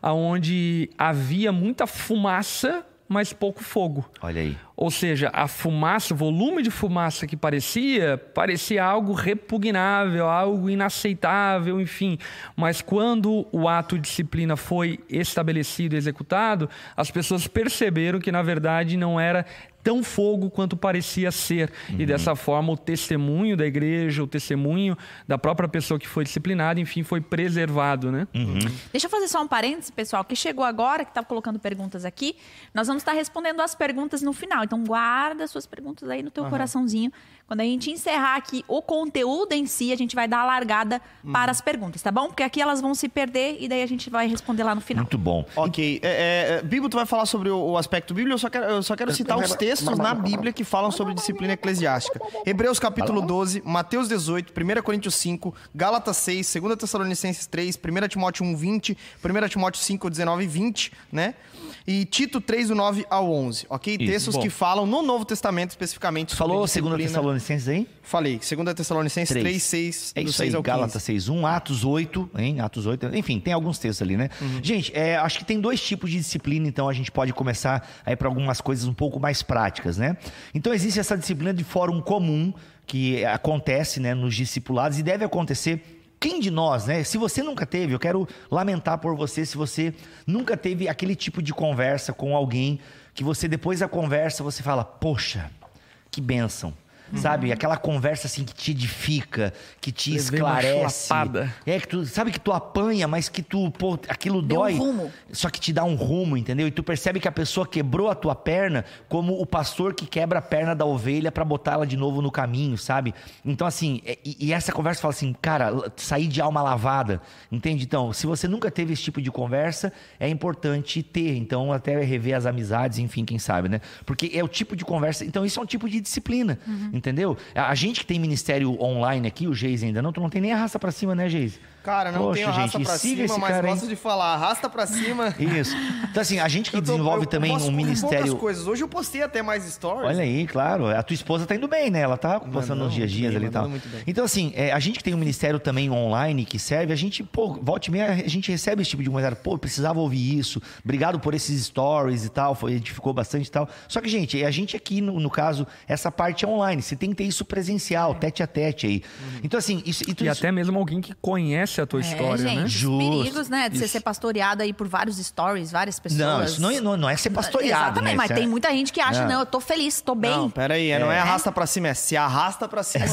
onde havia muita fumaça, mas pouco fogo. Olha aí. Ou seja, a fumaça, o volume de fumaça que parecia algo repugnável, algo inaceitável, enfim. Mas quando o ato de disciplina foi estabelecido e executado, as pessoas perceberam que, na verdade, não era tão fogo quanto parecia ser. E dessa forma o testemunho da igreja, o testemunho da própria pessoa que foi disciplinada, enfim, foi preservado, né? Deixa eu fazer só um parênteses, pessoal, que chegou agora, que está colocando perguntas aqui. Nós vamos estar respondendo as perguntas no final. Então guarda suas perguntas aí no teu coraçãozinho. Quando a gente encerrar aqui o conteúdo em si, a gente vai dar a largada para as perguntas, tá bom? Porque aqui elas vão se perder e daí a gente vai responder lá no final. Muito bom. Ok. Bibo, tu vai falar sobre o aspecto bíblico? Eu só quero citar os textos textos na Bíblia que falam sobre disciplina eclesiástica. Hebreus capítulo 12, Mateus 18, 1 Coríntios 5, Gálatas 6, 2 Tessalonicenses 3, 1 Timóteo 1, 20, 1 Timóteo 5, 19 e 20, né? E Tito 3, do 9 ao 11, ok? Isso, textos que falam no Novo Testamento especificamente sobre disciplina. Falou 2 Tessalonicenses aí? Falei, 2 Tessalonicenses 3, 6, é do isso 6 aí, ao 15. Gálatas 6, 1, Atos 8, hein? Atos 8, enfim, tem alguns textos ali, né? Gente, acho que tem 2 tipos de disciplina, então a gente pode começar aí para algumas coisas um pouco mais práticas, né? Então existe essa disciplina de fórum comum que acontece, né, nos discipulados e deve acontecer. Quem de nós, né? Se você nunca teve, eu quero lamentar por você se você nunca teve aquele tipo de conversa com alguém que você, depois da conversa, você fala, poxa, que bênção. Sabe? Aquela conversa assim que te edifica, que te esclarece. Que tu sabe que tu apanha, mas que tu, pô, aquilo dói. Um rumo. Só que te dá um rumo, entendeu? E tu percebe que a pessoa quebrou a tua perna como o pastor que quebra a perna da ovelha pra botar ela de novo no caminho, sabe? Então assim, e essa conversa fala assim, cara, sair de alma lavada, entende? Então, se você nunca teve esse tipo de conversa, é importante ter. Então, até rever as amizades, enfim, quem sabe, né? Porque é o tipo de conversa. Então, isso é um tipo de disciplina. Entendeu? A gente que tem ministério online aqui, o Geise ainda não, tu não tem nem arrasta pra cima, né, Geise? Cara, não tem arrasta pra cima, mas gosto de falar, arrasta pra cima. Isso. Então assim, a gente que desenvolve também um ministério... poucas coisas. Hoje eu postei até mais stories. Olha aí, claro. A tua esposa tá indo bem, né? Ela tá postando uns dias ali e tal. Então assim, a gente que tem um ministério também online que serve, a gente, pô, volta e meia, a gente recebe esse tipo de comentário. Pô, precisava ouvir isso. Obrigado por esses stories e tal. Edificou bastante e tal. Só que, gente, a gente aqui, no caso, essa parte é online. Você tem que ter isso presencial, tete a tete aí. Então assim... E até mesmo alguém que conhece a tua história, gente, né? Os perigos, né? De você ser pastoreado aí por vários stories, várias pessoas. Não, isso não é ser pastoreado, exatamente, né? Mas tem muita gente que acha, não, eu tô feliz, tô bem. Não, peraí, não é arrasta pra cima, é se arrasta pra cima.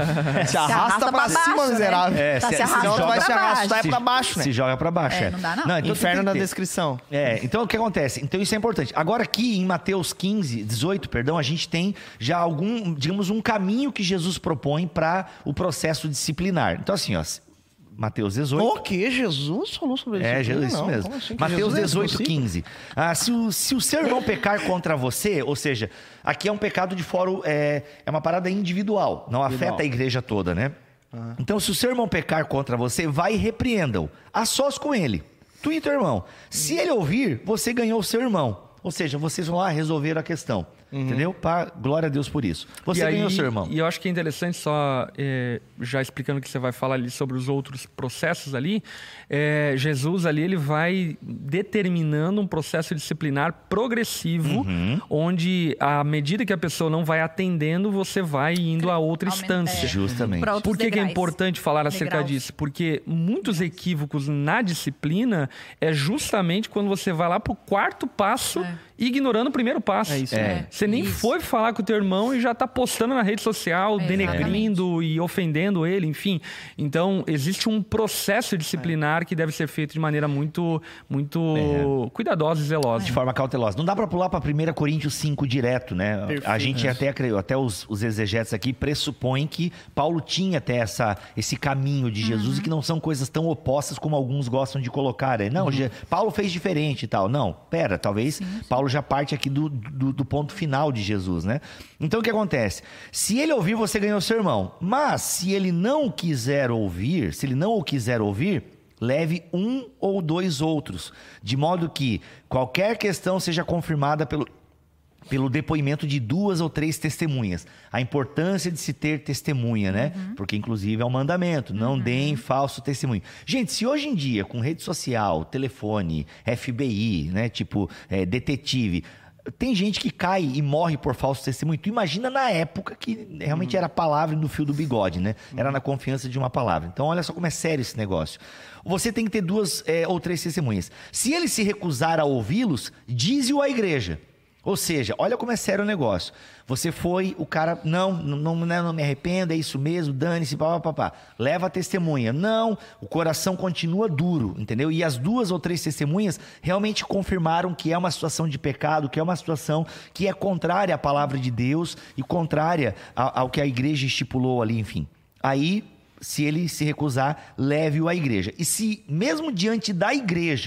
Se arrasta pra cima, baixo, miserável. Né? Senão tu vai se arrastar pra baixo, né? Se joga pra baixo, Não dá, não. Então inferno na descrição. Então o que acontece? Então isso é importante. Agora aqui em Mateus 18, a gente tem já digamos, um caminho que Jesus propõe para o processo disciplinar. Então assim, ó, Mateus 18. O que? Jesus falou sobre isso? Isso mesmo. Assim, Mateus 18, 15. Se o seu irmão pecar contra você, ou seja, aqui é um pecado de fórum, é uma parada individual, não afeta a igreja toda, né? Então, se o seu irmão pecar contra você, vai e repreenda-o, a sós com ele, tu e teu irmão. Se ele ouvir, você ganhou o seu irmão. Ou seja, vocês vão lá resolver a questão. Entendeu? Glória a Deus por isso. Você ganhou, seu irmão. E eu acho que é interessante, só já explicando que você vai falar ali sobre os outros processos ali, Jesus ali, ele vai determinando um processo disciplinar progressivo, onde à medida que a pessoa não vai atendendo, você vai indo a outra instância. Justamente. Por que é importante falar acerca disso? Porque muitos equívocos na disciplina é justamente quando você vai lá pro 4º passo, ignorando o primeiro passo. É isso. Você nem foi falar com o teu irmão e já tá postando na rede social, denegrindo e ofendendo ele, enfim. Então, existe um processo disciplinar que deve ser feito de maneira muito cuidadosa e zelosa. De forma cautelosa. Não dá para pular para 1 Coríntios 5 direto, né? Perfeito. A gente até os exegetas aqui pressupõem que Paulo tinha até esse caminho de Jesus e que não são coisas tão opostas como alguns gostam de colocar. Não, Paulo fez diferente e tal. Não, talvez Paulo já parte aqui do ponto final de Jesus, né? Então o que acontece? Se ele ouvir, você ganhou seu irmão. Mas se ele não quiser ouvir, leve 1 ou 2 outros, de modo que qualquer questão seja confirmada pelo depoimento de 2 ou 3 testemunhas. A importância de se ter testemunha, né? Porque, inclusive, é um mandamento. Não deem falso testemunho. Gente, se hoje em dia, com rede social, telefone, FBI, né? Tipo, detetive... Tem gente que cai e morre por falso testemunho. Tu imagina na época que realmente era a palavra no fio do bigode, né? Era na confiança de uma palavra. Então, olha só como é sério esse negócio. Você tem que ter 2 ou 3 testemunhas. Se ele se recusar a ouvi-los, dize-o à igreja. Ou seja, olha como é sério o negócio. Você foi, o cara, não me arrependo, é isso mesmo, dane-se, papapá. Leva a testemunha. Não, o coração continua duro, entendeu? E as 2 ou 3 testemunhas realmente confirmaram que é uma situação de pecado, que é uma situação que é contrária à palavra de Deus e contrária ao que a igreja estipulou ali, enfim. Aí, se ele se recusar, leve-o à igreja. E se, mesmo diante da igreja,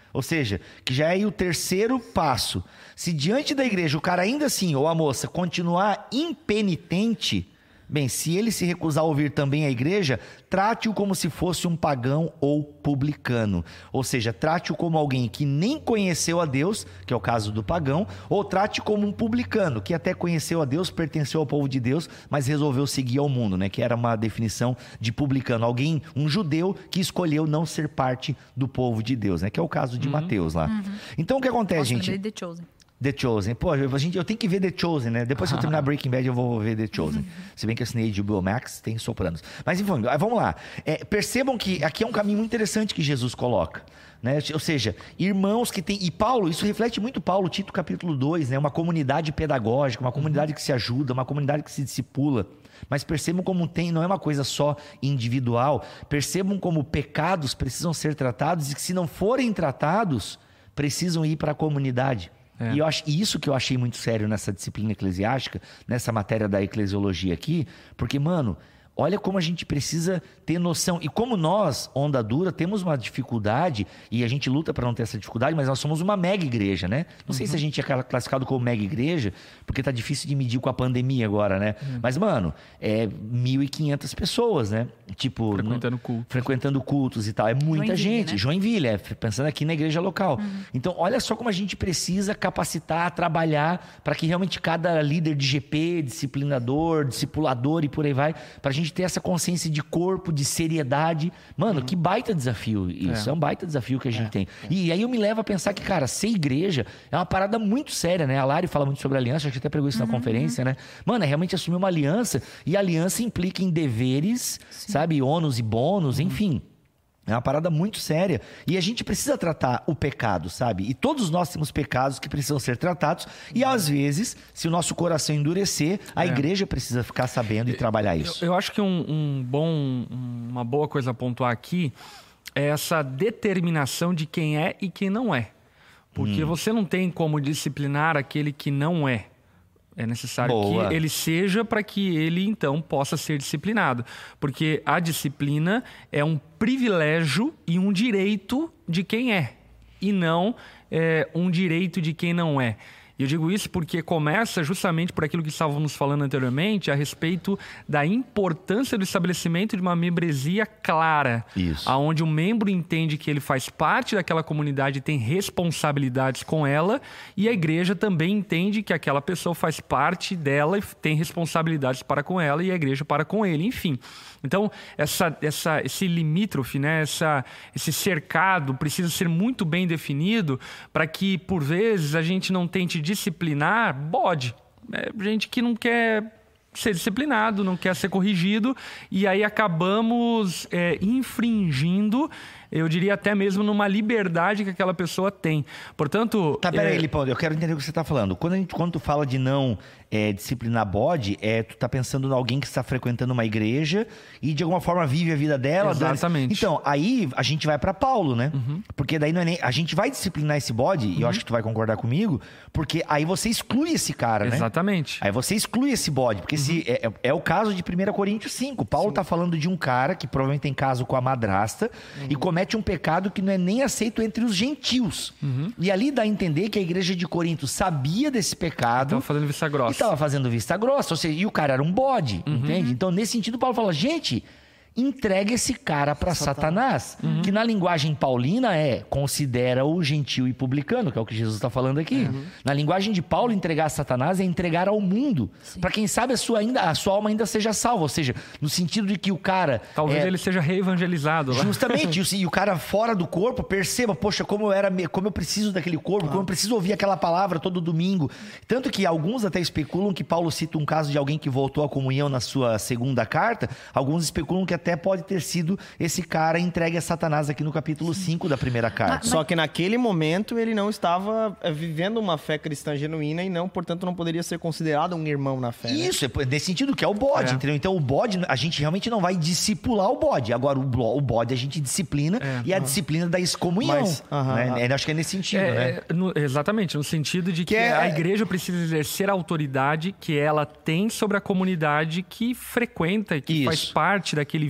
Ou seja, que já é o terceiro passo. Se diante da igreja o cara ainda assim, ou a moça, continuar impenitente, bem, se ele se recusar a ouvir também a igreja, trate-o como se fosse um pagão ou publicano. Ou seja, trate-o como alguém que nem conheceu a Deus, que é o caso do pagão, ou trate como um publicano, que até conheceu a Deus, pertenceu ao povo de Deus, mas resolveu seguir ao mundo, né? Que era uma definição de publicano. Alguém, um judeu que escolheu não ser parte do povo de Deus, né? Que é o caso de Mateus lá. Então, o que acontece, gente? The Chosen. The Chosen. Pô, eu tenho que ver The Chosen, né? Depois que eu terminar Breaking Bad, eu vou ver The Chosen. Se bem que eu assinei de HBO Max, tem Sopranos. Mas enfim, vamos lá. Percebam que aqui é um caminho muito interessante que Jesus coloca. Né? Ou seja, irmãos que tem... E Paulo, isso reflete muito Paulo, Tito capítulo 2, né? Uma comunidade pedagógica, uma comunidade que se ajuda, uma comunidade que se discipula. Mas percebam como não é uma coisa só individual. Percebam como pecados precisam ser tratados e que se não forem tratados, precisam ir para a comunidade. E isso que eu achei muito sério nessa disciplina eclesiástica, nessa matéria da eclesiologia aqui, porque, mano, olha como a gente precisa ter noção. E como nós, Onda Dura, temos uma dificuldade, e a gente luta para não ter essa dificuldade, mas nós somos uma mega igreja, né? Não sei se a gente é classificado como mega igreja, porque tá difícil de medir com a pandemia agora, né? Mas, mano, 1.500 pessoas, né? Tipo... Frequentando cultos e tal. É muita gente. Né? Joinville, pensando aqui na igreja local. Então, olha só como a gente precisa capacitar, trabalhar, para que realmente cada líder de GP, disciplinador, discipulador e por aí vai, pra gente ter essa consciência de corpo, de seriedade. Mano, que baita desafio isso. É um baita desafio que a gente tem. E aí eu me levo a pensar que, cara, ser igreja é uma parada muito séria, né? A Lari fala muito sobre aliança, a gente até pregou isso na conferência, né? Mano, é realmente assumir uma aliança. E a aliança implica em deveres, sabe? Ônus e bônus, enfim. É uma parada muito séria. E a gente precisa tratar o pecado, sabe? E todos nós temos pecados que precisam ser tratados. E às vezes, se o nosso coração endurecer, a igreja precisa ficar sabendo e trabalhar isso. Eu acho que uma boa coisa a pontuar aqui é essa determinação de quem é e quem não é. Porque você não tem como disciplinar aquele que não é. É necessário que ele seja para que ele, então, possa ser disciplinado. Porque a disciplina é um privilégio e um direito de quem é. E não um direito de quem não é. E eu digo isso porque começa justamente por aquilo que estávamos falando anteriormente a respeito da importância do estabelecimento de uma membresia clara. Isso. Onde o membro entende que ele faz parte daquela comunidade e tem responsabilidades com ela, e a igreja também entende que aquela pessoa faz parte dela e tem responsabilidades para com ela e a igreja para com ele, enfim. Então, esse limítrofe, né? Esse cercado precisa ser muito bem definido para que, por vezes, a gente não tente disciplinar bode. Gente que não quer ser disciplinado, não quer ser corrigido, e aí acabamos infringindo, eu diria até mesmo numa liberdade que aquela pessoa tem. Portanto... Tá, peraí, Lipão, eu quero entender o que você está falando. Quando tu fala de não disciplinar bode, tu tá pensando em alguém que está frequentando uma igreja e de alguma forma vive a vida dela. Exatamente. Então, aí a gente vai para Paulo, né? Porque daí não é nem... A gente vai disciplinar esse bode, e eu acho que tu vai concordar comigo, porque aí você exclui esse cara, né? Exatamente. Aí você exclui esse bode, porque é o caso de 1 Coríntios 5. Paulo tá falando de um cara que provavelmente tem caso com a madrasta e comete um pecado que não é nem aceito entre os gentios. E ali dá a entender que a igreja de Corinto sabia desse pecado. Estava fazendo vista grossa. Estava fazendo vista grossa, ou seja, e o cara era um bode, entende? Então, nesse sentido, Paulo fala, gente, entrega esse cara para Satanás. Que na linguagem paulina considera o gentil e publicano, que é o que Jesus está falando aqui. Na linguagem de Paulo, entregar a Satanás é entregar ao mundo. Para quem sabe a sua alma ainda seja salva. Ou seja, no sentido de que o cara... Talvez ele seja reevangelizado. Justamente. E o cara fora do corpo perceba, poxa, como eu preciso daquele corpo, como eu preciso ouvir aquela palavra todo domingo. Tanto que alguns até especulam que Paulo cita um caso de alguém que voltou à comunhão na sua segunda carta. Alguns especulam que até pode ter sido esse cara entregue a Satanás aqui no capítulo 5 da primeira carta. Só que naquele momento ele não estava vivendo uma fé cristã genuína e não, portanto, não poderia ser considerado um irmão na fé. Isso, né? Nesse sentido que é o bode, entendeu? Então o bode, a gente realmente não vai discipular o bode. Agora o bode a gente disciplina e a disciplina da excomunhão. Né? Acho que é nesse sentido, né? Exatamente, no sentido de que a igreja precisa exercer a autoridade que ela tem sobre a comunidade que frequenta e que faz parte daquele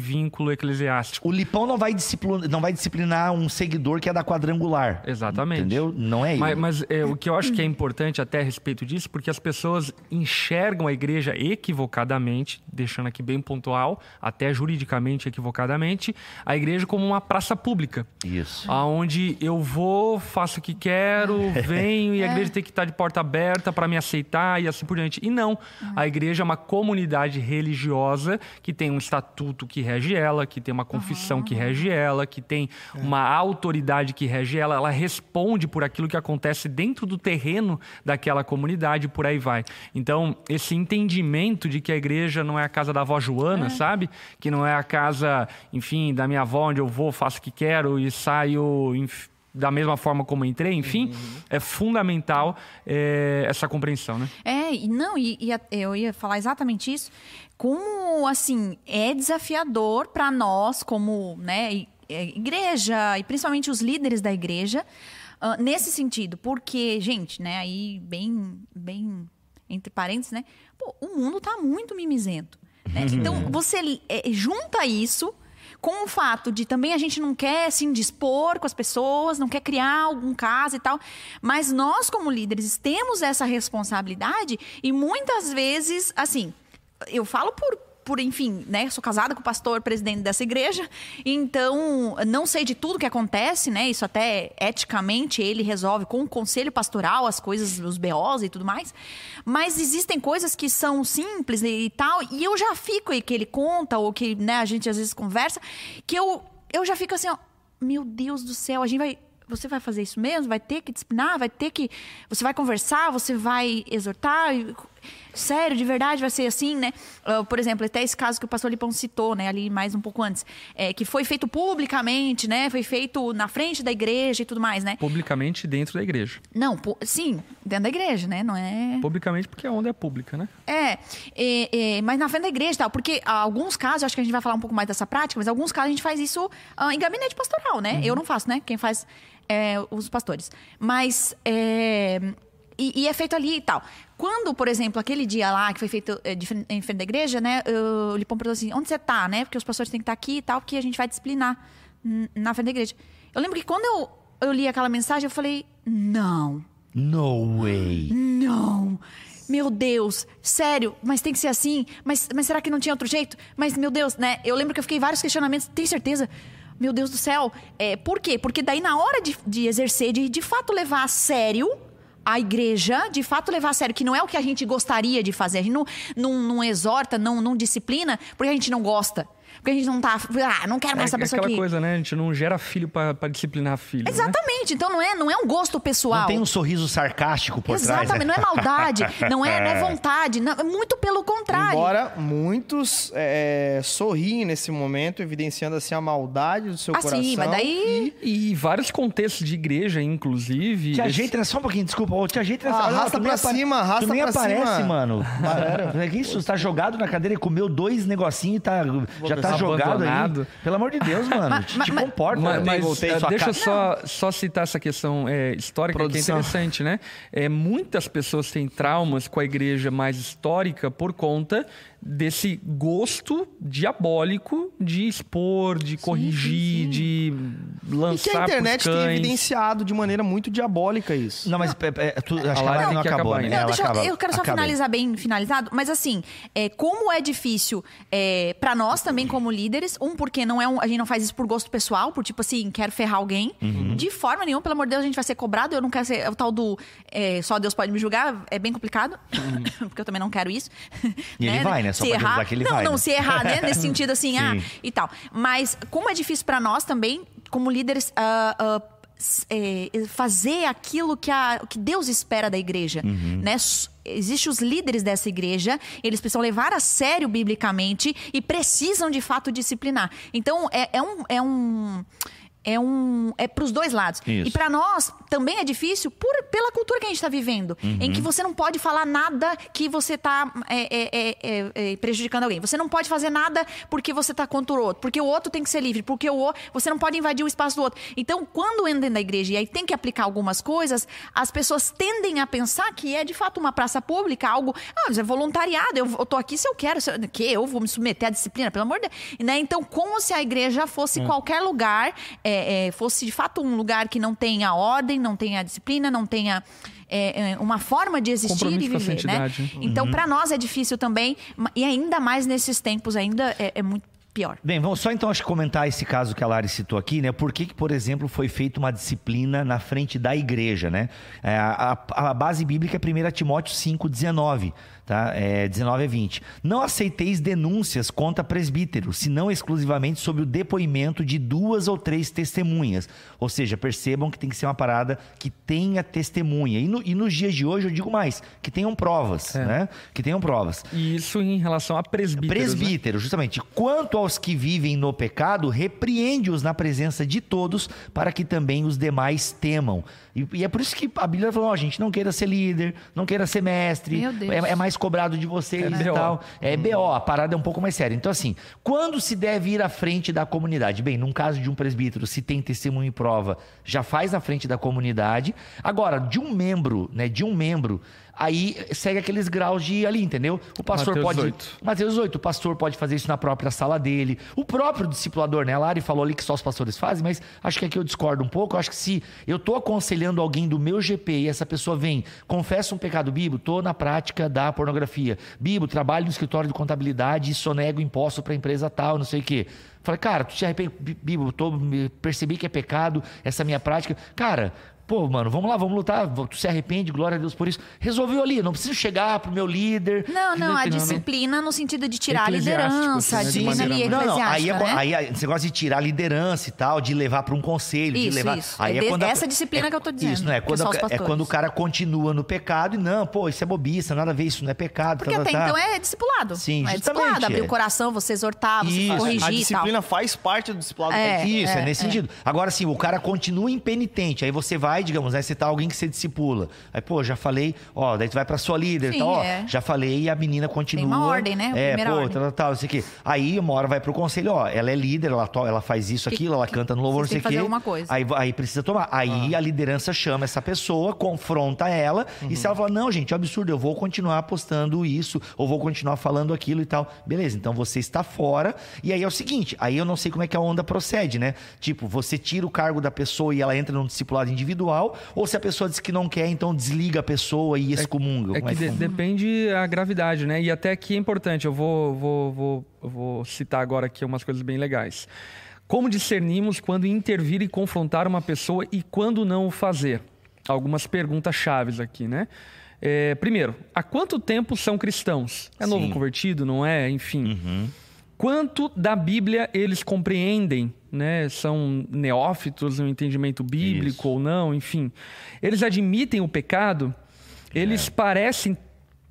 vínculo eclesiástico. O Lipão não vai disciplinar um seguidor que é da quadrangular. Exatamente. Entendeu? Não é isso. Mas o que eu acho que é importante até a respeito disso, porque as pessoas enxergam a igreja equivocadamente, deixando aqui bem pontual, até juridicamente equivocadamente, a igreja como uma praça pública. Isso. Onde eu vou, faço o que quero, venho e a igreja tem que estar de porta aberta para me aceitar e assim por diante. E não. A igreja é uma comunidade religiosa que tem um estatuto que rege ela, que tem uma confissão que rege ela, que tem uma autoridade que rege ela. Ela responde por aquilo que acontece dentro do terreno daquela comunidade, por aí vai. Então, esse entendimento de que a igreja não é a casa da avó Joana, sabe? Que não é a casa, enfim, da minha avó, onde eu vou, faço o que quero e saio da mesma forma como entrei, enfim, é fundamental essa compreensão, né? Eu ia falar exatamente isso. Como, assim, é desafiador para nós, como, né, igreja, e principalmente os líderes da igreja, nesse sentido. Porque, gente, né, aí bem entre parênteses, né, o mundo tá muito mimizento. Né? Então, você junta isso com o fato de também a gente não quer se indispor com as pessoas, não quer criar algum caso e tal, mas nós como líderes temos essa responsabilidade e muitas vezes, assim, eu falo por enfim, né, sou casada com o pastor presidente dessa igreja, então não sei de tudo que acontece, né, isso até eticamente ele resolve com o conselho pastoral, as coisas, os BOs e tudo mais, mas existem coisas que são simples e tal, e eu já fico, e que ele conta, ou que, né, a gente às vezes conversa, que eu já fico assim, ó, meu Deus do céu, você vai fazer isso mesmo? Vai ter que disciplinar? Você vai conversar? Você vai exortar? Sério, de verdade, vai ser assim, né? Por exemplo, até esse caso que o pastor Lipão citou, né? Ali mais um pouco antes. Que foi feito publicamente, né? Foi feito na frente da igreja e tudo mais, né? Publicamente dentro da igreja. Não, sim, dentro da igreja, né? Não é... Publicamente porque a onda é pública, né? Mas na frente da igreja e tal. Porque alguns casos, acho que a gente vai falar um pouco mais dessa prática, mas alguns casos a gente faz isso em gabinete pastoral, né? Eu não faço, né? Quem faz... os pastores. Mas e é feito ali e tal. Quando, por exemplo, aquele dia lá que foi feito em frente da igreja, né? O Lipão perguntou assim, onde você tá, né? Porque os pastores têm que estar aqui e tal, porque a gente vai disciplinar na frente da igreja. Eu lembro que quando eu li aquela mensagem, eu falei, não. No way. Não. Meu Deus, sério, mas tem que ser assim? Mas será que não tinha outro jeito? Mas, meu Deus, né? Eu lembro que eu fiquei vários questionamentos, tem certeza? Meu Deus do céu. Por quê? Porque daí na hora de exercer, de fato levar a sério a igreja, de fato levar a sério, que não é o que a gente gostaria de fazer. A gente não exorta, não disciplina, porque a gente não gosta. Porque a gente não tá... não quero mais essa pessoa aqui. É aquela coisa, né? A gente não gera filho pra disciplinar filho. Exatamente. Né? Então não é um gosto pessoal. Não tem um sorriso sarcástico por trás. Exatamente. Não é maldade. Não é vontade. Não, muito pelo contrário. Embora muitos sorriem nesse momento, evidenciando assim a maldade do seu coração. Sim, mas daí... E vários contextos de igreja, inclusive... Te ajeita, só um pouquinho, desculpa. Te ajeita nessa... Arrasta pra cima, arrasta pra cima. Tu nem aparece, mano. É que isso? Você tá jogado na cadeira e comeu 2 negocinhos e já tá jogado aí. Pelo amor de Deus, mano. Te comporta. Mas deixa eu só citar essa questão histórica, produção, que é interessante, né? Muitas pessoas têm traumas com a igreja mais histórica por conta desse gosto diabólico de expor, de corrigir, de lançar. E que a internet tem evidenciado de maneira muito diabólica isso. Não, mas acho que ela não acabou, né? Eu quero só finalizar bem finalizado, mas assim, como é difícil pra nós também como líderes, porque a gente não faz isso por gosto pessoal, por tipo assim, quero ferrar alguém, de forma nenhuma, pelo amor de Deus, a gente vai ser cobrado, eu não quero ser o tal do só Deus pode me julgar, é bem complicado, porque eu também não quero isso. E ele vai, né? Só se pra errar, que ele vai. Se errar, né? Nesse sentido assim, e tal. Mas como é difícil pra nós também, como líderes, fazer aquilo que Deus espera da igreja, né? Existem os líderes dessa igreja, eles precisam levar a sério biblicamente e precisam de fato disciplinar. Então é para os dois lados. Isso. E para nós também é difícil pela cultura que a gente está vivendo, em que você não pode falar nada que você está prejudicando alguém. Você não pode fazer nada porque você está contra o outro, porque o outro tem que ser livre, porque você não pode invadir o espaço do outro. Então, quando entra dentro da igreja e aí tem que aplicar algumas coisas, as pessoas tendem a pensar que é de fato uma praça pública, algo, mas é voluntariado, eu tô aqui se eu quero, eu vou me submeter à disciplina, pelo amor de Deus. Né? Então, como se a igreja fosse qualquer lugar, fosse de fato um lugar que não tenha ordem, não tenha disciplina, não tenha uma forma de existir e viver, né? Então, para nós é difícil também, e ainda mais nesses tempos, ainda é muito pior. Bem, vamos só então acho que comentar esse caso que a Lari citou aqui, né? Por que, por exemplo, foi feita uma disciplina na frente da igreja, né? A base bíblica é 1 Timóteo 5,19. Tá? 19 a 20. Não aceiteis denúncias contra presbíteros, senão exclusivamente sobre o depoimento de 2 ou 3 testemunhas. Ou seja, percebam que tem que ser uma parada que tenha testemunha. E nos dias de hoje, eu digo mais, que tenham provas, né? Que tenham provas. E isso em relação a presbíteros. Presbíteros, né? Justamente. Quanto aos que vivem no pecado, repreende-os na presença de todos, para que também os demais temam. E é por isso que a Bíblia falou, gente, não queira ser líder, não queira ser mestre, é mais cobrado de vocês e tal. É BO, a parada é um pouco mais séria. Então, assim, quando se deve ir à frente da comunidade? Bem, num caso de um presbítero, se tem testemunho e prova, já faz na frente da comunidade. Agora, de um membro, aí segue aqueles graus de ali, entendeu? O pastor Mateus 8, o pastor pode fazer isso na própria sala dele. O próprio discipulador, né? A Lari falou ali que só os pastores fazem, mas acho que aqui eu discordo um pouco. Eu acho que se eu tô aconselhando alguém do meu GP e essa pessoa vem, confessa um pecado bíblico, tô na prática da pornografia. Bíblico, trabalho no escritório de contabilidade e sonego imposto para empresa tal, não sei o quê. Falei, cara, tu te arrepende, Bíblia, percebi que é pecado essa minha prática. Cara, pô, mano, vamos lá, vamos lutar. Tu se arrepende, glória a Deus por isso. Resolveu ali, não preciso chegar pro meu líder. Não, a disciplina no sentido de tirar a liderança, a disciplina ali eclesiástica, aí esse negócio de tirar a liderança e tal, de levar para um conselho, isso, de levar... Isso. Aí essa disciplina que eu tô dizendo. Isso, não é? Quando o cara continua no pecado e não, pô, isso é bobiça, nada a ver, isso não é pecado. Porque até então é discipulado. Sim, é discipulado, abrir o coração, você exortar, você corrigir e tal. A disciplina faz parte do discipulado. É nesse sentido. Agora, sim, o cara continua impenitente, aí você vai, digamos, aí você tá alguém que você discipula. Aí, pô, já falei, daí tu vai pra sua líder, sim, já falei e a menina continua. Tem uma ordem, né? Tal, não sei o quê. Aí uma hora vai pro conselho, ela é líder, ela faz isso, aquilo, ela canta no louvor, não sei o quê. Fazer alguma coisa. Aí precisa tomar. Aí a liderança chama essa pessoa, confronta ela, e se ela falar, não, gente, é um absurdo, eu vou continuar postando isso, ou vou continuar falando aquilo e tal. Beleza, então você está fora. E aí é o seguinte, aí eu não sei como é que a onda procede, né? Tipo, você tira o cargo da pessoa e ela entra num discipulado individual, ou se a pessoa diz que não quer, então desliga a pessoa e excomunga. Depende a gravidade, né? E até aqui é importante, eu vou citar agora aqui umas coisas bem legais. Como discernimos quando intervir e confrontar uma pessoa e quando não o fazer? Algumas perguntas chaves aqui, né? Primeiro, há quanto tempo são cristãos? É novo convertido, não é? Enfim. Quanto da Bíblia eles compreendem, né? São neófitos no entendimento bíblico ou não, enfim. Eles admitem o pecado? Eles parecem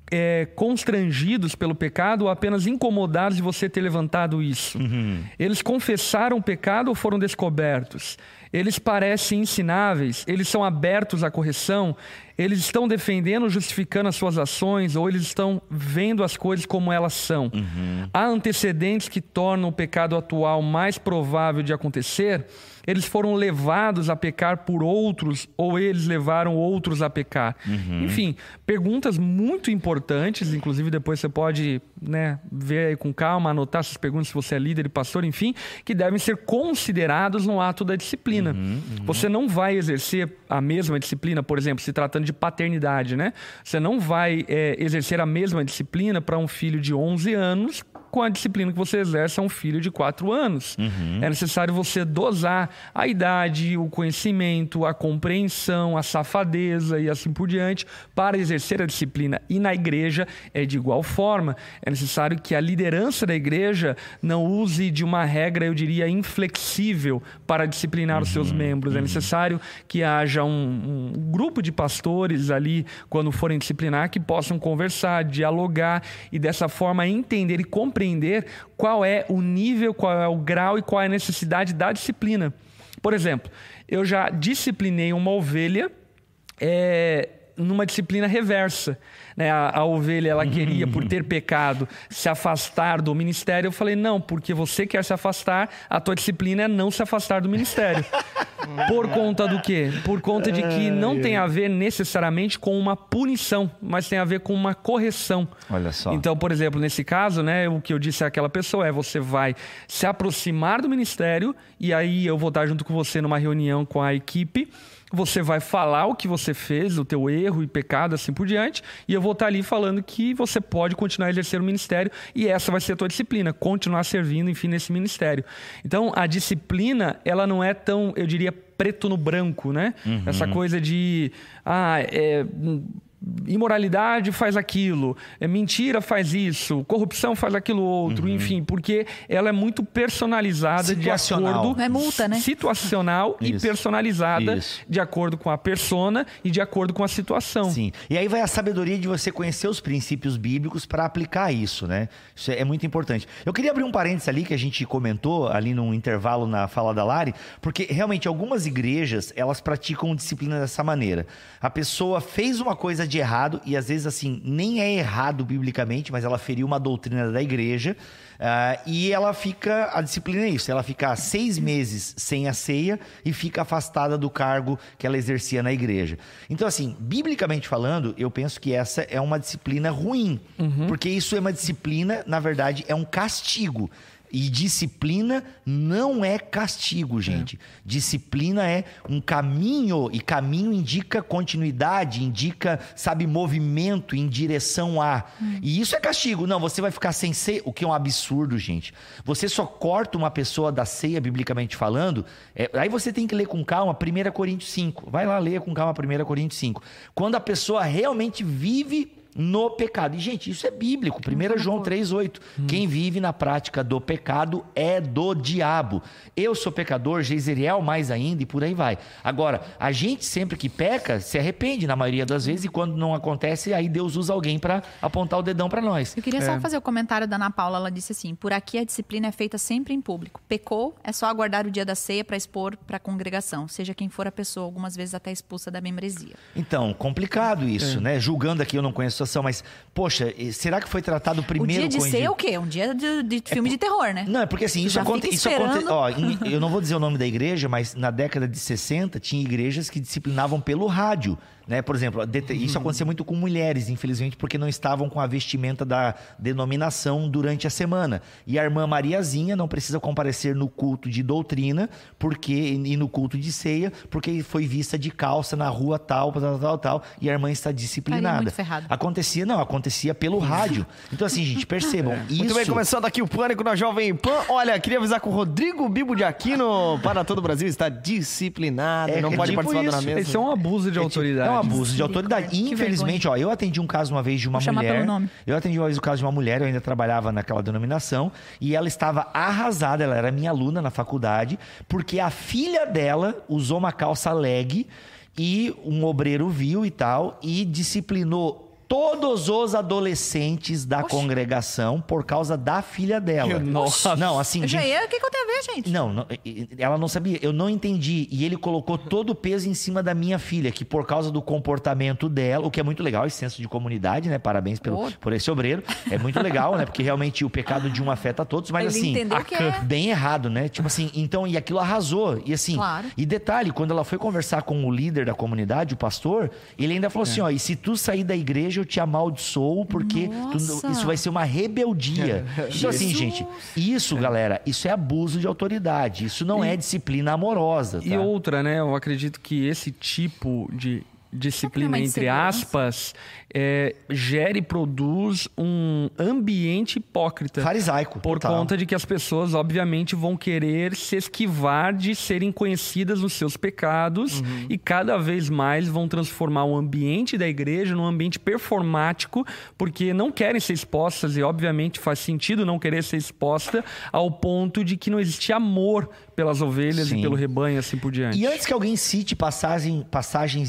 constrangidos pelo pecado ou apenas incomodados de você ter levantado isso? Eles confessaram o pecado ou foram descobertos? Eles parecem ensináveis? Eles são abertos à correção? Eles estão defendendo, justificando as suas ações, ou eles estão vendo as coisas como elas são? Há antecedentes que tornam o pecado atual mais provável de acontecer? Eles foram levados a pecar por outros, ou eles levaram outros a pecar? Enfim, perguntas muito importantes, inclusive depois você pode, né, ver aí com calma, anotar essas perguntas se você é líder e pastor, enfim, que devem ser considerados no ato da disciplina. Você não vai exercer a mesma disciplina, por exemplo, se tratando de paternidade, né? Você não vai exercer a mesma disciplina para um filho de 11 anos com a disciplina que você exerce a um filho de 4 anos. É necessário você dosar a idade, o conhecimento, a compreensão, a safadeza e assim por diante para exercer a disciplina. E na igreja é de igual forma. É necessário que a liderança da igreja não use de uma regra, eu diria, inflexível para disciplinar os seus membros. É necessário que haja um grupo de pastores ali, quando forem disciplinar, que possam conversar, dialogar e dessa forma entender e compreender qual é o nível, qual é o grau e qual é a necessidade da disciplina. Por exemplo, eu já disciplinei uma ovelha numa disciplina reversa. Né? A ovelha, ela queria, por ter pecado, se afastar do ministério. Eu falei, não, porque você quer se afastar, a tua disciplina é não se afastar do ministério. Por conta do quê? Por conta de que não tem a ver necessariamente com uma punição, mas tem a ver com uma correção. Olha só. Então, por exemplo, nesse caso, né, o que eu disse àquela pessoa você vai se aproximar do ministério e aí eu vou estar junto com você numa reunião com a equipe. Você vai falar o que você fez, o teu erro e pecado, assim por diante, e eu vou estar ali falando que você pode continuar a exercer o ministério e essa vai ser a tua disciplina, continuar servindo, enfim, nesse ministério. Então, a disciplina, ela não é tão, eu diria, preto no branco, né? Essa coisa de... imoralidade faz aquilo, mentira faz isso, corrupção faz aquilo outro, enfim, porque ela é muito personalizada de acordo... Não é multa, né? Situacional e personalizada de acordo com a persona e de acordo com a situação. Sim. E aí vai a sabedoria de você conhecer os princípios bíblicos para aplicar isso, né? Isso é muito importante. Eu queria abrir um parênteses ali que a gente comentou ali num intervalo na fala da Lari, porque realmente algumas igrejas, elas praticam disciplina dessa maneira. A pessoa fez uma coisa de errado, e às vezes assim, nem é errado biblicamente, mas ela feriu uma doutrina da igreja, e ela fica, a disciplina é isso, ela fica 6 meses sem a ceia e fica afastada do cargo que ela exercia na igreja. Então assim, biblicamente falando, eu penso que essa é uma disciplina ruim, porque isso é uma disciplina, na verdade, é um castigo. E disciplina não é castigo, gente. Disciplina é um caminho, e caminho indica continuidade, indica, sabe, movimento em direção a. E isso é castigo. Não, você vai ficar sem ceia, o que é um absurdo, gente. Você só corta uma pessoa da ceia, biblicamente falando, aí você tem que ler com calma 1 Coríntios 5. Vai lá ler com calma 1 Coríntios 5. Quando a pessoa realmente vive no pecado. E, gente, isso é bíblico. 1 João 3,8. Quem vive na prática do pecado é do diabo. Eu sou pecador, Jezreel mais ainda, e por aí vai. Agora, a gente sempre que peca, se arrepende na maioria das vezes, e quando não acontece, aí Deus usa alguém para apontar o dedão para nós. Eu queria só fazer o comentário da Ana Paula. Ela disse assim, por aqui a disciplina é feita sempre em público. Pecou, é só aguardar o dia da ceia para expor para a congregação, seja quem for a pessoa, algumas vezes até expulsa da membresia. Então, complicado isso, né? Julgando aqui, eu não conheço a situação, mas, poxa, será que foi tratado primeiro o dia de ceia é o quê? Um dia de filme de terror, né? Não, é porque assim, isso acontece. Eu não vou dizer o nome da igreja, mas na década de 60 tinha igrejas que disciplinavam pelo rádio. Né? Por exemplo, isso acontecia muito com mulheres, infelizmente, porque não estavam com a vestimenta da denominação durante a semana. E a irmã Mariazinha não precisa comparecer no culto de doutrina e no culto de ceia, porque foi vista de calça na rua tal, e a irmã está disciplinada. Muito ferrado. Acontecia pelo rádio. Então assim, gente, percebam. Isso... Muito bem, começando aqui o Pânico na Jovem Pan. Olha, queria avisar que o Rodrigo Bibo de Aquino, para todo o Brasil, está disciplinado, não pode participar da mesa. Isso é um abuso de autoridade. É um abuso de autoridade. E, infelizmente, eu atendi um caso uma vez de uma mulher. Eu atendi uma vez o caso de uma mulher, eu ainda trabalhava naquela denominação, e ela estava arrasada, ela era minha aluna na faculdade, porque a filha dela usou uma calça leg e um obreiro viu e tal, e disciplinou todos os adolescentes da congregação por causa da filha dela. Nossa. Não, assim... O que eu tenho a ver, gente? Não, ela não sabia. Eu não entendi. E ele colocou todo o peso em cima da minha filha, que por causa do comportamento dela, o que é muito legal, esse senso de comunidade, né? Parabéns por esse obreiro. É muito legal, né? Porque realmente o pecado de um afeta a todos, mas ele assim... entendeu que é bem errado, né? Tipo assim, então... E aquilo arrasou. E assim... Claro. E detalhe, quando ela foi conversar com o líder da comunidade, o pastor, ele ainda falou assim, e se tu sair da igreja, eu te amaldiçoo, porque isso vai ser uma rebeldia. Então assim, gente, galera, isso é abuso de autoridade. Isso não é disciplina amorosa. Tá? E outra, né? Eu acredito que esse tipo de disciplina, entre aspas, gera e produz um ambiente hipócrita. Farisaico. Por conta de que as pessoas, obviamente, vão querer se esquivar de serem conhecidas nos seus pecados e cada vez mais vão transformar o ambiente da igreja num ambiente performático, porque não querem ser expostas e, obviamente, faz sentido não querer ser exposta ao ponto de que não existe amor pelas ovelhas e pelo rebanho, assim por diante. E antes que alguém cite passagens de Jesus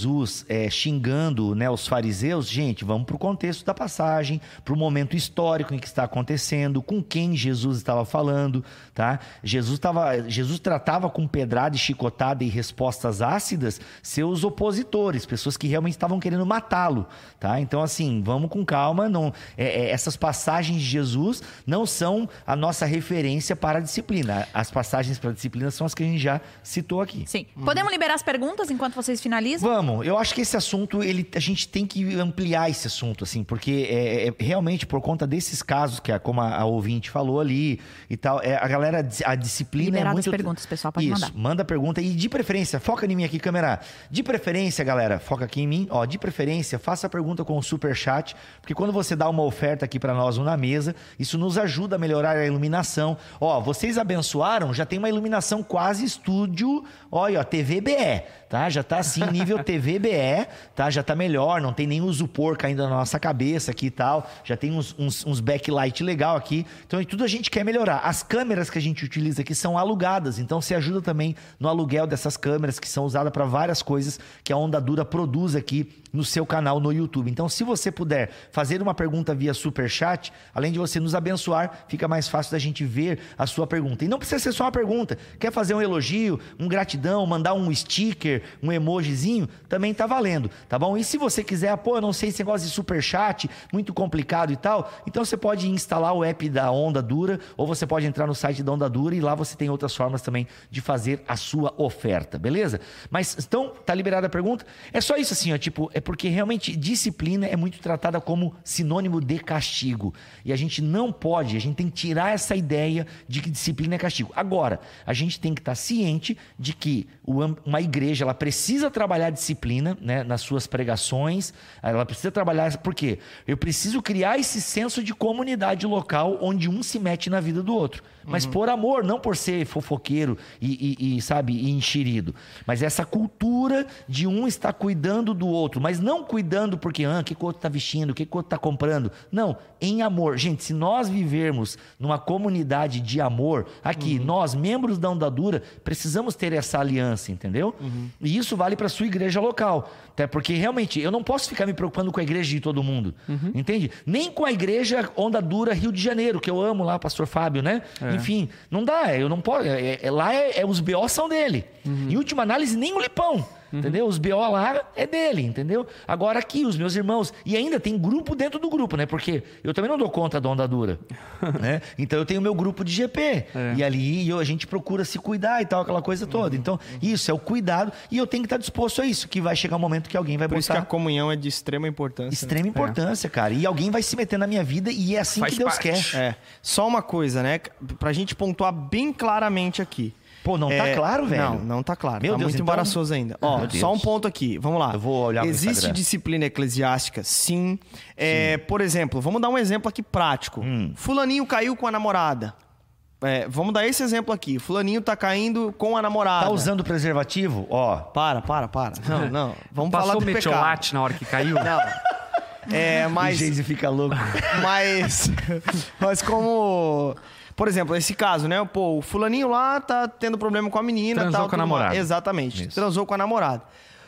Jesus xingando, né, os fariseus, gente, vamos para o contexto da passagem, para o momento histórico em que está acontecendo, com quem Jesus estava falando, tá? Jesus tratava com pedrada e chicotada e respostas ácidas seus opositores, pessoas que realmente estavam querendo matá-lo, tá? Então, assim, vamos com calma, não, essas passagens de Jesus não são a nossa referência para a disciplina. As passagens para a disciplina são as que a gente já citou aqui. Sim. Podemos liberar as perguntas enquanto vocês finalizam? Vamos. Eu acho que esse assunto, a gente tem que ampliar esse assunto, assim, porque realmente por conta desses casos, que é como a ouvinte falou ali e tal, a galera, a disciplina liberar é muito... as perguntas, pessoal, pode mandar. Isso, manda pergunta e de preferência, foca em mim aqui, câmera. De preferência, galera, foca aqui em mim, ó, de preferência, faça a pergunta com o superchat, porque quando você dá uma oferta aqui para nós na mesa, isso nos ajuda a melhorar a iluminação. Ó, vocês abençoaram, já tem uma iluminação quase estúdio, olha, ó, TVBE, tá? Já tá assim, nível TVBE, tá? Já tá melhor, não tem nem uso porco ainda na nossa cabeça aqui e tal, já tem uns backlight legal aqui, então tudo a gente quer melhorar. As câmeras que a gente utiliza aqui são alugadas, então você ajuda também no aluguel dessas câmeras que são usadas para várias coisas que a Onda Dura produz aqui no seu canal no YouTube. Então, se você puder fazer uma pergunta via superchat, além de você nos abençoar, fica mais fácil da gente ver a sua pergunta. E não precisa ser só uma pergunta. Quer fazer um elogio, um gratidão, mandar um sticker, um emojizinho, também tá valendo, tá bom? E se você quiser, pô, eu não sei esse negócio de superchat, muito complicado e tal, então você pode instalar o app da Onda Dura, ou você pode entrar no site da Onda Dura e lá você tem outras formas também de fazer a sua oferta, beleza? Mas, então, tá liberada a pergunta? É só isso assim, ó, tipo, porque realmente disciplina é muito tratada como sinônimo de castigo. E a gente não pode, a gente tem que tirar essa ideia de que disciplina é castigo. Agora, a gente tem que estar ciente de que uma igreja, ela precisa trabalhar disciplina, né, nas suas pregações, ela precisa trabalhar, por quê? Eu preciso criar esse senso de comunidade local onde um se mete na vida do outro. Mas por amor, não por ser fofoqueiro sabe, enxerido. Mas essa cultura de um estar cuidando do outro, mas não cuidando porque, o que o outro está vestindo, o que o outro está comprando. Não, em amor. Gente, se nós vivermos numa comunidade de amor, aqui, nós, membros da Onda Dura, precisamos ter essa aliança, entendeu? E isso vale para a sua igreja local. Até porque, realmente, eu não posso ficar me preocupando com a igreja de todo mundo, entende? Nem com a igreja Onda Dura Rio de Janeiro, que eu amo lá, pastor Fábio, né? Enfim, não dá, eu não posso. Lá os BO são dele. Em última análise, nem o Lipão. Entendeu? Os BO lá é dele, entendeu? Agora aqui, os meus irmãos. E ainda tem grupo dentro do grupo, né? Porque eu também não dou conta da Onda Dura. Né? Então eu tenho o meu grupo de GP. E ali a gente procura se cuidar e tal, aquela coisa toda. Então, isso é o cuidado. E eu tenho que estar disposto a isso. Que vai chegar um momento que alguém vai botar... Por isso que a comunhão é de extrema importância. Extrema importância, cara. E alguém vai se meter na minha vida e é assim que Deus quer. Só uma coisa, né? Pra gente pontuar bem claramente aqui. Pô, não tá claro, velho? Não tá claro. Meu tá Deus, muito embaraçoso ainda. Ó, só um ponto aqui. Vamos lá. Eu vou olhar no Existe Instagram. disciplina eclesiástica? Sim. Por exemplo, vamos dar um exemplo aqui prático. Fulaninho caiu com a namorada. Vamos dar esse exemplo aqui. Fulaninho tá caindo com a namorada. Tá usando preservativo? Ó. Para. Não. Vamos falar do pecado. Passou metiolate na hora que caiu? Não. Mas... O Geise fica louco. Mas como... Por exemplo, esse caso, né? Pô, o fulaninho lá tá tendo problema com a menina. Transou com a namorada. Exatamente. Isso. Transou com a namorada.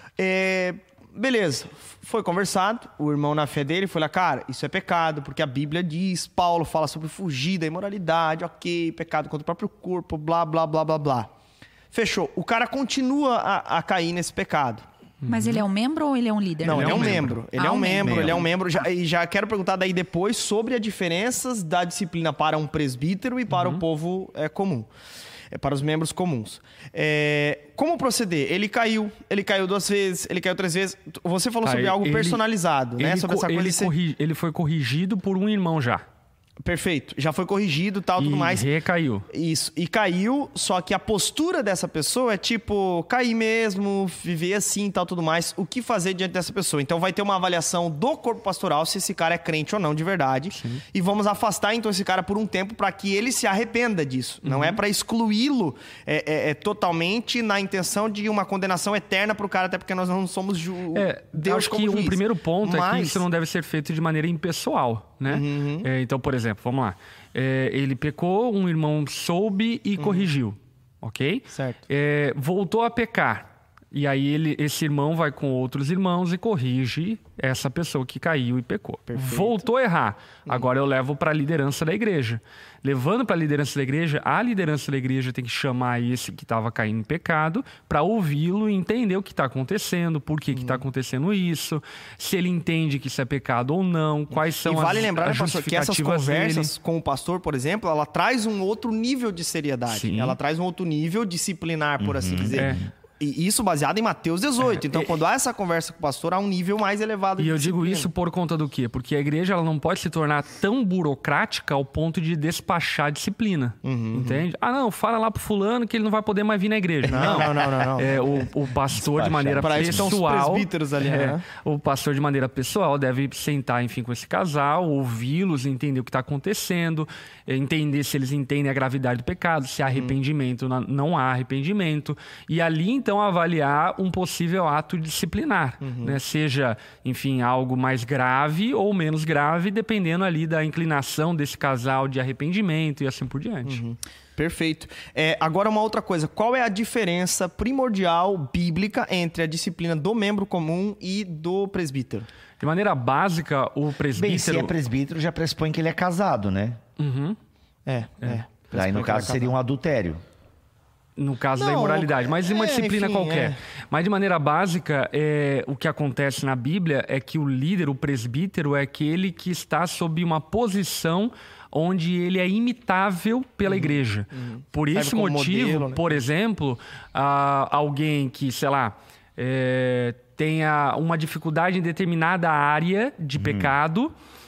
Beleza. Foi conversado. O irmão na fé dele foi lá, cara, isso é pecado, porque a Bíblia diz, Paulo fala sobre fugir da imoralidade, ok, pecado contra o próprio corpo, blá, blá, blá, blá, blá. Fechou. O cara continua a cair nesse pecado. Mas ele é um membro ou ele é um líder? Não, ele é um membro. Ele é um membro. E já quero perguntar daí depois sobre as diferenças da disciplina para um presbítero e para o povo comum. Para os membros comuns. Como proceder? Ele caiu 2 vezes, ele caiu 3 vezes. Você falou sobre algo personalizado, né? Sobre essa coisa ele foi corrigido por um irmão já. Perfeito. Já foi corrigido, tal, tudo mais. E recaiu. Isso. E caiu, só que a postura dessa pessoa é tipo, cair mesmo, viver assim, tal, tudo mais. O que fazer diante dessa pessoa? Então vai ter uma avaliação do corpo pastoral se esse cara é crente ou não, de verdade. Sim. E vamos afastar, então, esse cara por um tempo para que ele se arrependa disso. Não é para excluí-lo totalmente na intenção de uma condenação eterna pro cara, até porque nós não somos Deus acho como que juiz. O primeiro ponto é que isso não deve ser feito de maneira impessoal, né? Então, por exemplo, vamos lá. Ele pecou, um irmão soube e corrigiu, ok? Certo. Voltou a pecar. E aí esse irmão vai com outros irmãos e corrige essa pessoa que caiu e pecou. Perfeito. Voltou a errar. Agora eu levo para a liderança da igreja. Levando para a liderança da igreja tem que chamar esse que estava caindo em pecado para ouvi-lo e entender o que está acontecendo, por que está acontecendo isso, se ele entende que isso é pecado ou não, quais são vale as lembrar, pastor, que essas conversas dele. com o pastor, por exemplo, ela traz um outro nível de seriedade. Sim. Ela traz um outro nível disciplinar, por assim dizer. E isso baseado em Mateus 18. Então, quando há essa conversa com o pastor, há um nível mais elevado de disciplina. E eu digo isso por conta do quê? Porque a igreja ela não pode se tornar tão burocrática ao ponto de despachar a disciplina. Entende? Ah, não, fala lá pro fulano que ele não vai poder mais vir na igreja. Não. O pastor, de maneira pessoal... Os presbíteros ali, né? O pastor, de maneira pessoal, deve sentar, enfim, com esse casal, ouvi-los, entender o que está acontecendo, entender se eles entendem a gravidade do pecado, se há arrependimento, não há arrependimento. E ali, então, avaliar um possível ato disciplinar, né? Seja, enfim, algo mais grave ou menos grave, dependendo ali da inclinação desse casal de arrependimento e assim por diante. Perfeito. Agora, uma outra coisa. Qual é a diferença primordial bíblica entre a disciplina do membro comum e do presbítero? De maneira básica, o presbítero... Bem, se é presbítero, já pressupõe que ele é casado, né? Aí, no caso, seria um adultério. No caso da imoralidade, mas em uma disciplina qualquer. Mas de maneira básica, o que acontece na Bíblia é que o líder, o presbítero, é aquele que está sob uma posição onde ele é imitável pela igreja. Por esse motivo, modelo, né? Por exemplo, alguém que, sei lá, tenha uma dificuldade em determinada área de pecado...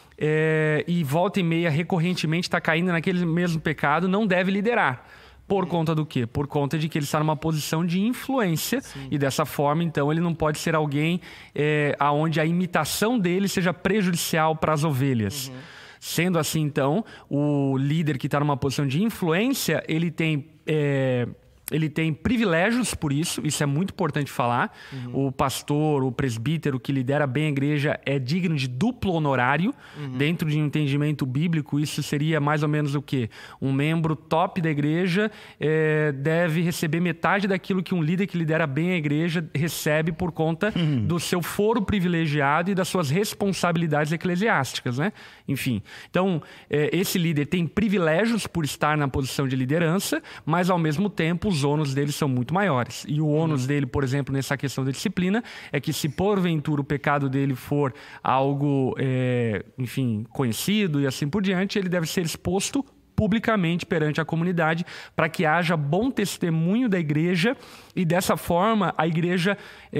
e volta e meia, recorrentemente, está caindo naquele mesmo pecado, não deve liderar. Por conta do quê? Por conta de que ele está numa posição de influência. Sim. E dessa forma, então, ele não pode ser alguém onde a imitação dele seja prejudicial para as ovelhas. Sendo assim, então, o líder que está numa posição de influência, ele tem privilégios por isso é muito importante falar. O pastor, o presbítero que lidera bem a igreja é digno de duplo honorário. Dentro de um entendimento bíblico, isso seria mais ou menos o quê? Um membro top da igreja deve receber metade daquilo que um líder que lidera bem a igreja recebe por conta do seu foro privilegiado e das suas responsabilidades eclesiásticas, né? Enfim, então, esse líder tem privilégios por estar na posição de liderança, mas ao mesmo tempo os ônus dele são muito maiores. E o ônus dele, por exemplo, nessa questão da disciplina, é que se porventura o pecado dele for algo, enfim, conhecido e assim por diante, ele deve ser exposto publicamente perante a comunidade para que haja bom testemunho da igreja e dessa forma a igreja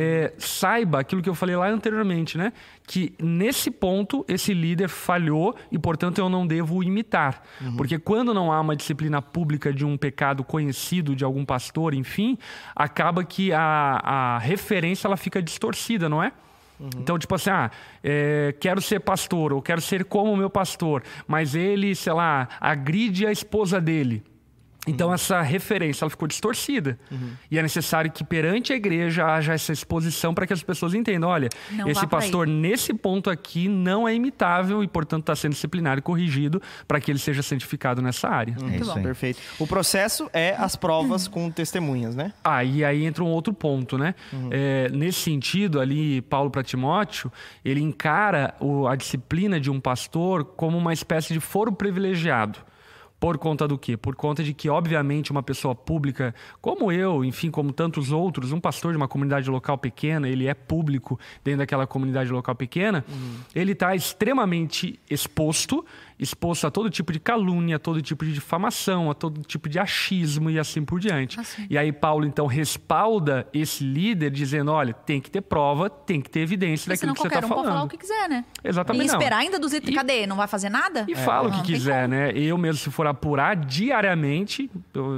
saiba aquilo que eu falei lá anteriormente, né? Que nesse ponto esse líder falhou e, portanto, eu não devo imitar. Porque quando não há uma disciplina pública de um pecado conhecido de algum pastor, enfim, acaba que a referência ela fica distorcida, não é? Então, tipo assim, quero ser pastor, ou quero ser como o meu pastor, mas ele, sei lá, agride a esposa dele. Então, essa referência ela ficou distorcida. E é necessário que perante a igreja haja essa exposição para que as pessoas entendam, olha, esse pastor nesse ponto aqui não é imitável e, portanto, está sendo disciplinado e corrigido para que ele seja santificado nessa área. Muito bom. Perfeito. O processo é as provas com testemunhas, né? E aí entra um outro ponto, né? Nesse sentido, ali, Paulo para Timóteo, ele encara a disciplina de um pastor como uma espécie de foro privilegiado. Por conta do quê? Por conta de que, obviamente, uma pessoa pública, como eu, enfim, como tantos outros, um pastor de uma comunidade local pequena, ele é público dentro daquela comunidade local pequena, ele está extremamente exposto a todo tipo de calúnia, a todo tipo de difamação, a todo tipo de achismo e assim por diante. E aí Paulo, então, respalda esse líder dizendo, olha, tem que ter prova, tem que ter evidência daquilo que você está falando. Pode falar o que quiser, né? Exatamente. E esperar ainda dos itens, cadê? Não vai fazer nada? E fala o que quiser, né? Eu mesmo, se for apurar diariamente,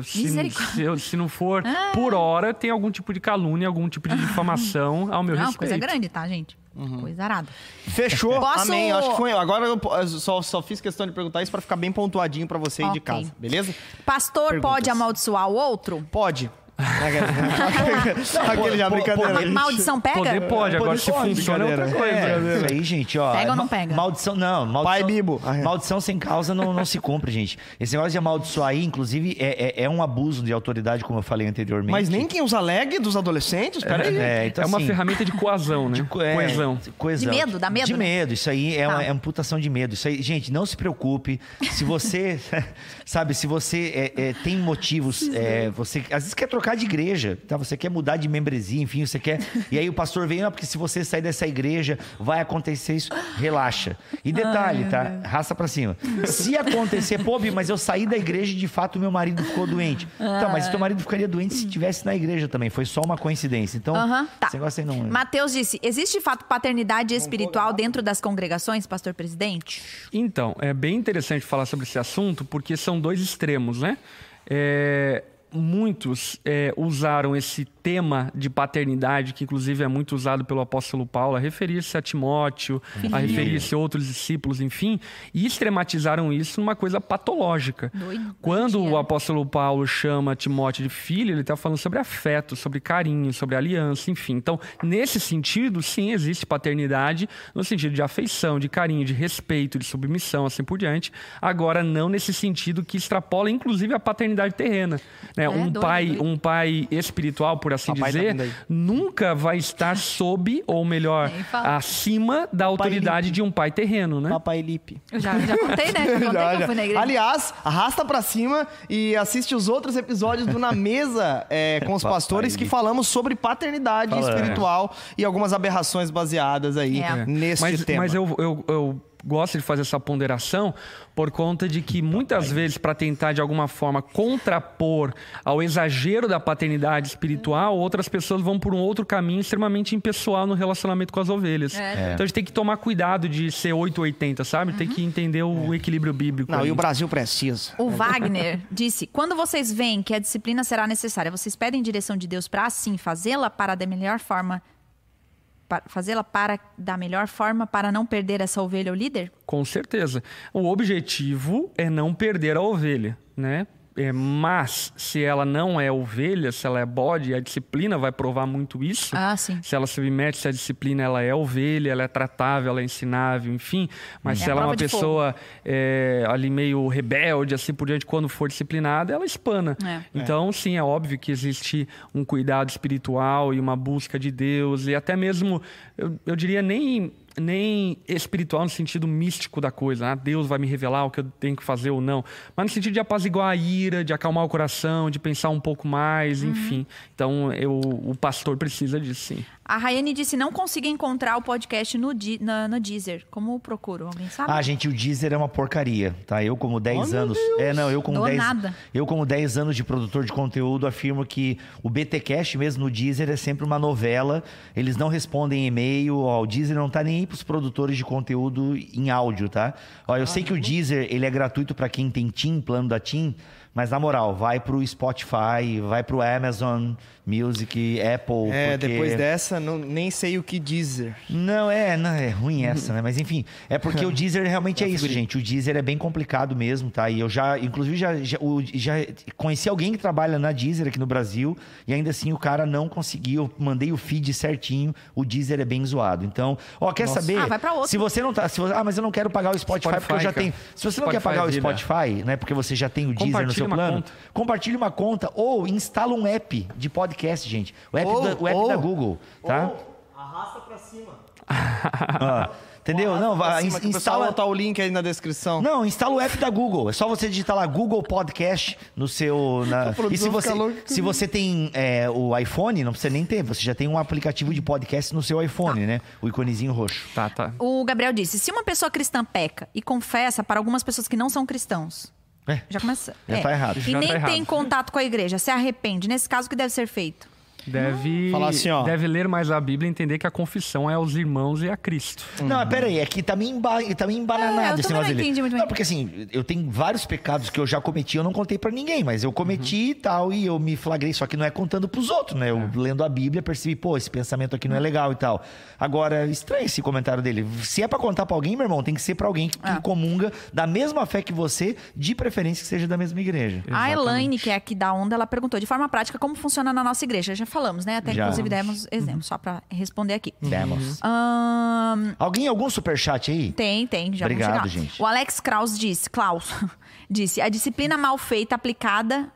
se não for por hora, tem algum tipo de calúnia, algum tipo de difamação ao meu respeito. Coisa grande, tá, gente? Coisa arada. Fechou? Amém. Acho que foi. Agora eu só fiz questão de perguntar isso para ficar bem pontuadinho para você aí de casa, beleza? Pastor pode amaldiçoar o outro? Pode. Aquele já brincadeira. Maldição pega? Poder pode, agora se funciona é outra coisa. Isso aí, gente, ó. Pega ou não pega? Maldição, não. Maldição, Pai Bibo. Maldição sem causa não se cumpre, gente. Esse negócio de amaldiçoar aí, inclusive, é um abuso de autoridade, como eu falei anteriormente. Mas nem quem usa leg dos adolescentes? Peraí. Então, é uma assim, ferramenta de coesão, né? Coesão. De medo, dá medo, De né? medo, isso aí é uma amputação de medo. Isso aí, gente, não se preocupe. Se você, sabe, se você tem motivos, você às vezes quer trocar de igreja, tá? Você quer mudar de membresia, enfim, você quer... E aí o pastor vem, porque se você sair dessa igreja, vai acontecer isso. Relaxa. E detalhe, tá? Raça pra cima. Se acontecer, pô, mas eu saí da igreja e de fato meu marido ficou doente. Tá, mas teu marido ficaria doente se estivesse na igreja também. Foi só uma coincidência. Então, esse negócio aí não... Mateus disse, existe de fato paternidade espiritual dentro das congregações, pastor presidente? Então, é bem interessante falar sobre esse assunto, porque são dois extremos, né? Muitos usaram esse tema de paternidade, que inclusive é muito usado pelo apóstolo Paulo, a referir-se a Timóteo, a referir-se a outros discípulos, enfim, e extrematizaram isso numa coisa patológica. Quando o apóstolo Paulo chama Timóteo de filho, ele está falando sobre afeto, sobre carinho, sobre aliança, enfim. Então, nesse sentido, sim, existe paternidade, no sentido de afeição, de carinho, de respeito, de submissão, assim por diante. Agora, não nesse sentido que extrapola, inclusive, a paternidade terrena. Um pai espiritual, por assim dizer, nunca vai estar sob, ou melhor, acima da autoridade de um pai terreno, né? Papai Lipe. Eu já contei, né? Já contei que eu fui na igreja. Aliás, arrasta pra cima e assiste os outros episódios do Na Mesa com os pastores, que falamos sobre paternidade espiritual e algumas aberrações baseadas aí nesse tema. Mas eu gosto de fazer essa ponderação por conta de que muitas vezes, para tentar de alguma forma contrapor ao exagero da paternidade espiritual, outras pessoas vão por um outro caminho extremamente impessoal no relacionamento com as ovelhas. Então a gente tem que tomar cuidado de ser 880, sabe? Tem que entender o equilíbrio bíblico. Não, e o Brasil precisa. O Wagner disse, quando vocês veem que a disciplina será necessária, vocês pedem direção de Deus para assim fazê-la para da melhor forma... da melhor forma para não perder essa ovelha ou líder? Com certeza. O objetivo é não perder a ovelha, né? Mas se ela não é ovelha, se ela é bode, a disciplina vai provar muito isso. Sim. Se ela se submete, se a disciplina ela é ovelha, ela é tratável, ela é ensinável, enfim. Mas se ela é uma pessoa ali meio rebelde, assim por diante, quando for disciplinada, ela espana. Então, sim, é óbvio que existe um cuidado espiritual e uma busca de Deus. E até mesmo, eu diria, nem espiritual no sentido místico da coisa. Deus vai me revelar o que eu tenho que fazer ou não. Mas no sentido de apaziguar a ira, de acalmar o coração, de pensar um pouco mais, enfim. Então, o pastor precisa disso, sim. A Rayane disse, não consigo encontrar o podcast no Deezer. Como procuro? Alguém sabe? Gente, o Deezer é uma porcaria, tá? Eu como 10 anos... Eu como 10 anos de produtor de conteúdo afirmo que o BTcast mesmo no Deezer é sempre uma novela. Eles não respondem e-mail. O Deezer não tá nem aí pros produtores de conteúdo em áudio, tá? Eu sei que o Deezer, ele é gratuito para quem tem TIM, plano da TIM, mas na moral, vai pro Spotify, vai pro Amazon Music, Apple... depois dessa, nem sei o que Deezer. Não é ruim essa, né? Mas enfim, é porque o Deezer realmente é isso, gente. O Deezer é bem complicado mesmo, tá? E eu inclusive, já conheci alguém que trabalha na Deezer aqui no Brasil e ainda assim o cara não conseguiu. Eu mandei o feed certinho, o Deezer é bem zoado. Então, quer saber? Vai pra outro. Se você não tá... mas eu não quero pagar o Spotify porque eu já tenho... Se você não quer pagar o Spotify, né? Porque você já tem o Deezer no seu plano, compartilhe uma conta ou instala um app de podcast, gente. O app da Google, tá? Arrasta pra cima. Entendeu? Instala... botar o link aí na descrição. Não, instala o app da Google. É só você digitar lá Google Podcast no seu... E se você tem o iPhone, não precisa nem ter. Você já tem um aplicativo de podcast no seu iPhone, né? O iconezinho roxo. Tá. O Gabriel disse, se uma pessoa cristã peca e confessa para algumas pessoas que não são cristãos... Já começa. Já tá errado. E nem tem contato com a igreja, se arrepende. Nesse caso, o que deve ser feito? Deve ler mais a Bíblia e entender que a confissão é aos irmãos e a Cristo. Não, peraí, é que tá meio embananado esse negócio dele. Muito bem. Não, porque assim, eu tenho vários pecados que eu já cometi, eu não contei pra ninguém, mas eu cometi e tal, e eu me flagrei, só que não é contando pros outros, né? Eu lendo a Bíblia percebi, pô, esse pensamento aqui não é legal e tal. Agora, estranho esse comentário dele. Se é pra contar pra alguém, meu irmão, tem que ser pra alguém que comunga da mesma fé que você, de preferência que seja da mesma igreja. A Elaine, que é aqui da Onda, ela perguntou de forma prática como funciona na nossa igreja. Já falamos, né? Até inclusive demos exemplos, só pra responder aqui. Demos. Algum superchat aí? Tem, já Obrigado, vamos chegar. gente. O Alex Klaus disse, a disciplina mal feita aplicada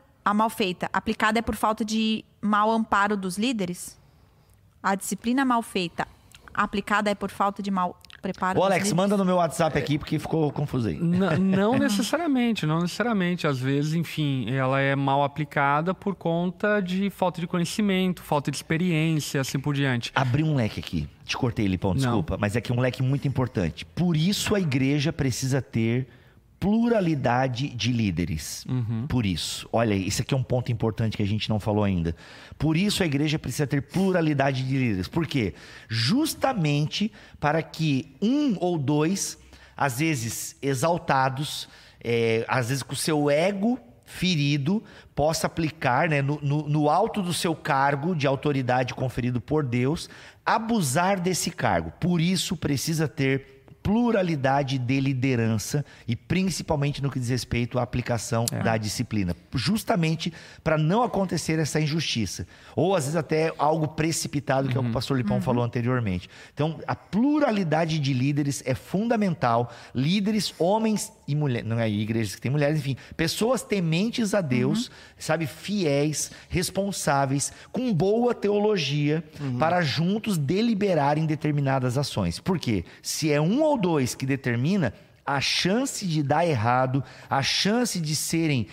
é por falta de mau amparo dos líderes? A disciplina mal feita aplicada é por falta de mau preparo dos Alex, líderes? manda no meu WhatsApp aqui, porque ficou confuso aí. Não necessariamente. Às vezes, enfim, ela é mal aplicada por conta de falta de conhecimento, falta de experiência, assim por diante. Abri um leque aqui. Te cortei, Lipão, desculpa. Mas é que é um leque muito importante. Por isso a igreja precisa ter pluralidade de líderes. Por isso. Olha, isso aqui é um ponto importante que a gente não falou ainda. Por isso a igreja precisa ter pluralidade de líderes. Por quê? Justamente para que um ou dois, às vezes exaltados, às vezes com o seu ego ferido, possa aplicar, né, no alto do seu cargo de autoridade conferido por Deus, abusar desse cargo. Por isso precisa ter pluralidade de liderança e principalmente no que diz respeito à aplicação da disciplina. Justamente para não acontecer essa injustiça. Ou às vezes até algo precipitado, que é o que o pastor Lipão falou anteriormente. Então, a pluralidade de líderes é fundamental. Líderes, homens e mulheres, não é igrejas que tem mulheres, enfim, pessoas tementes a Deus, sabe, fiéis, responsáveis, com boa teologia, para juntos deliberarem determinadas ações. Por quê? Se é um ou dois que determina, a chance de dar errado, a chance de serem,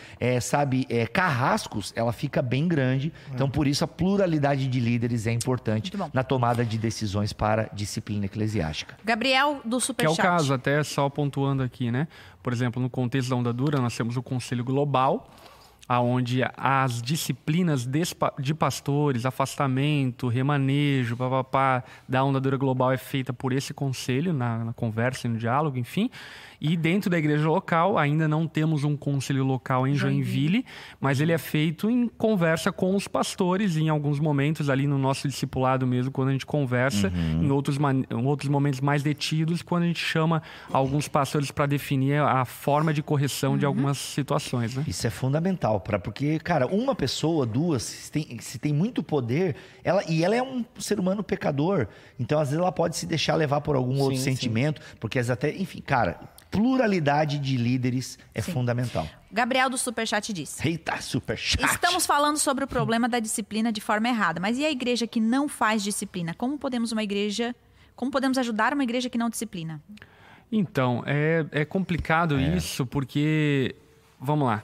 carrascos, ela fica bem grande. Então, por isso, a pluralidade de líderes é importante na tomada de decisões para disciplina eclesiástica. Gabriel, do Superchat. Que é o caso, até só pontuando aqui, né? Por exemplo, no contexto da Onda Dura, nós temos o Conselho Global, onde as disciplinas de pastores, afastamento, remanejo, da Onda Dura Global é feita por esse conselho, na conversa e no diálogo, enfim. E dentro da igreja local, ainda não temos um conselho local em Joinville, mas ele é feito em conversa com os pastores, em alguns momentos ali no nosso discipulado mesmo, quando a gente conversa, em outros momentos mais detidos, quando a gente chama alguns pastores para definir a forma de correção de algumas situações. Né? Isso é fundamental, porque, cara, uma pessoa, duas, se tem muito poder, ela é um ser humano pecador, então às vezes ela pode se deixar levar por algum outro sentimento, porque às vezes até, enfim, cara, pluralidade de líderes é fundamental. Gabriel do Superchat disse. Eita, Superchat! Estamos falando sobre o problema da disciplina de forma errada, mas e a igreja que não faz disciplina? Como podemos ajudar uma igreja que não disciplina? Então, é complicado isso, porque, vamos lá,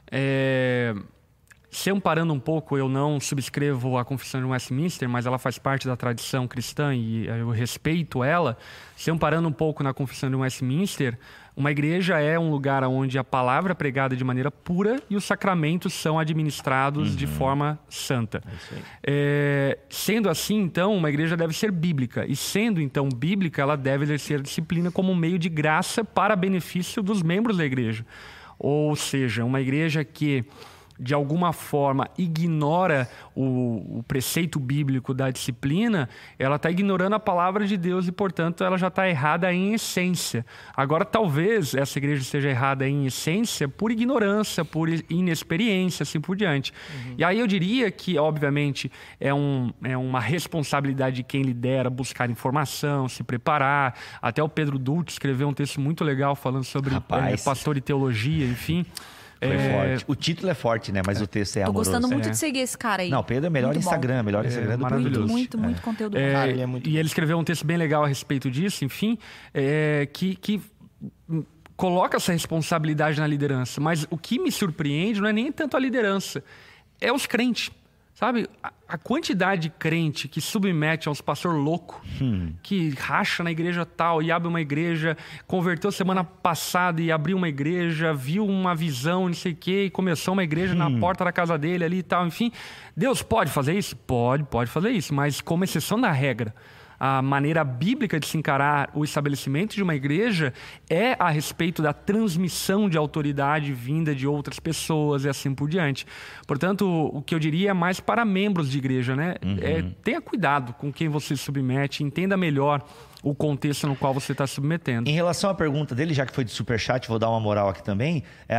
se amparando um pouco, eu não subscrevo a Confissão de Westminster, mas ela faz parte da tradição cristã e eu respeito ela. Se amparando um pouco na Confissão de Westminster, uma igreja é um lugar onde a palavra é pregada de maneira pura e os sacramentos são administrados de forma santa. Sendo assim, então, uma igreja deve ser bíblica. E sendo, então, bíblica, ela deve exercer a disciplina como um meio de graça para benefício dos membros da igreja. Ou seja, uma igreja que de alguma forma ignora o preceito bíblico da disciplina, ela está ignorando a palavra de Deus e, portanto, ela já está errada em essência. Agora, talvez essa igreja esteja errada em essência por ignorância, por inexperiência, assim por diante. E aí eu diria que, obviamente, é uma responsabilidade de quem lidera buscar informação, se preparar. Até o Pedro Dulce escreveu um texto muito legal falando sobre pastor e teologia, enfim. Foi forte. O título é forte, né? Mas o texto é amoroso. Tô gostando muito de seguir esse cara aí. Não, Pedro é melhor Instagram, melhor Instagram do maravilhoso. Muito conteúdo. Cara, ele é muito e ele escreveu um texto bem legal a respeito disso, enfim, que coloca essa responsabilidade na liderança. Mas o que me surpreende não é nem tanto a liderança, é os crentes. Sabe, a quantidade de crente que submete aos pastor louco, que racha na igreja tal e abre uma igreja, converteu semana passada e abriu uma igreja, viu uma visão, não sei o quê, e começou uma igreja na porta da casa dele ali e tal, enfim. Deus pode fazer isso? Pode fazer isso, mas como exceção da regra. A maneira bíblica de se encarar o estabelecimento de uma igreja é a respeito da transmissão de autoridade vinda de outras pessoas e assim por diante. Portanto, o que eu diria é mais para membros de igreja, né? Tenha cuidado com quem você se submete, entenda melhor o contexto no qual você está submetendo. Em relação à pergunta dele, já que foi de superchat, vou dar uma moral aqui também.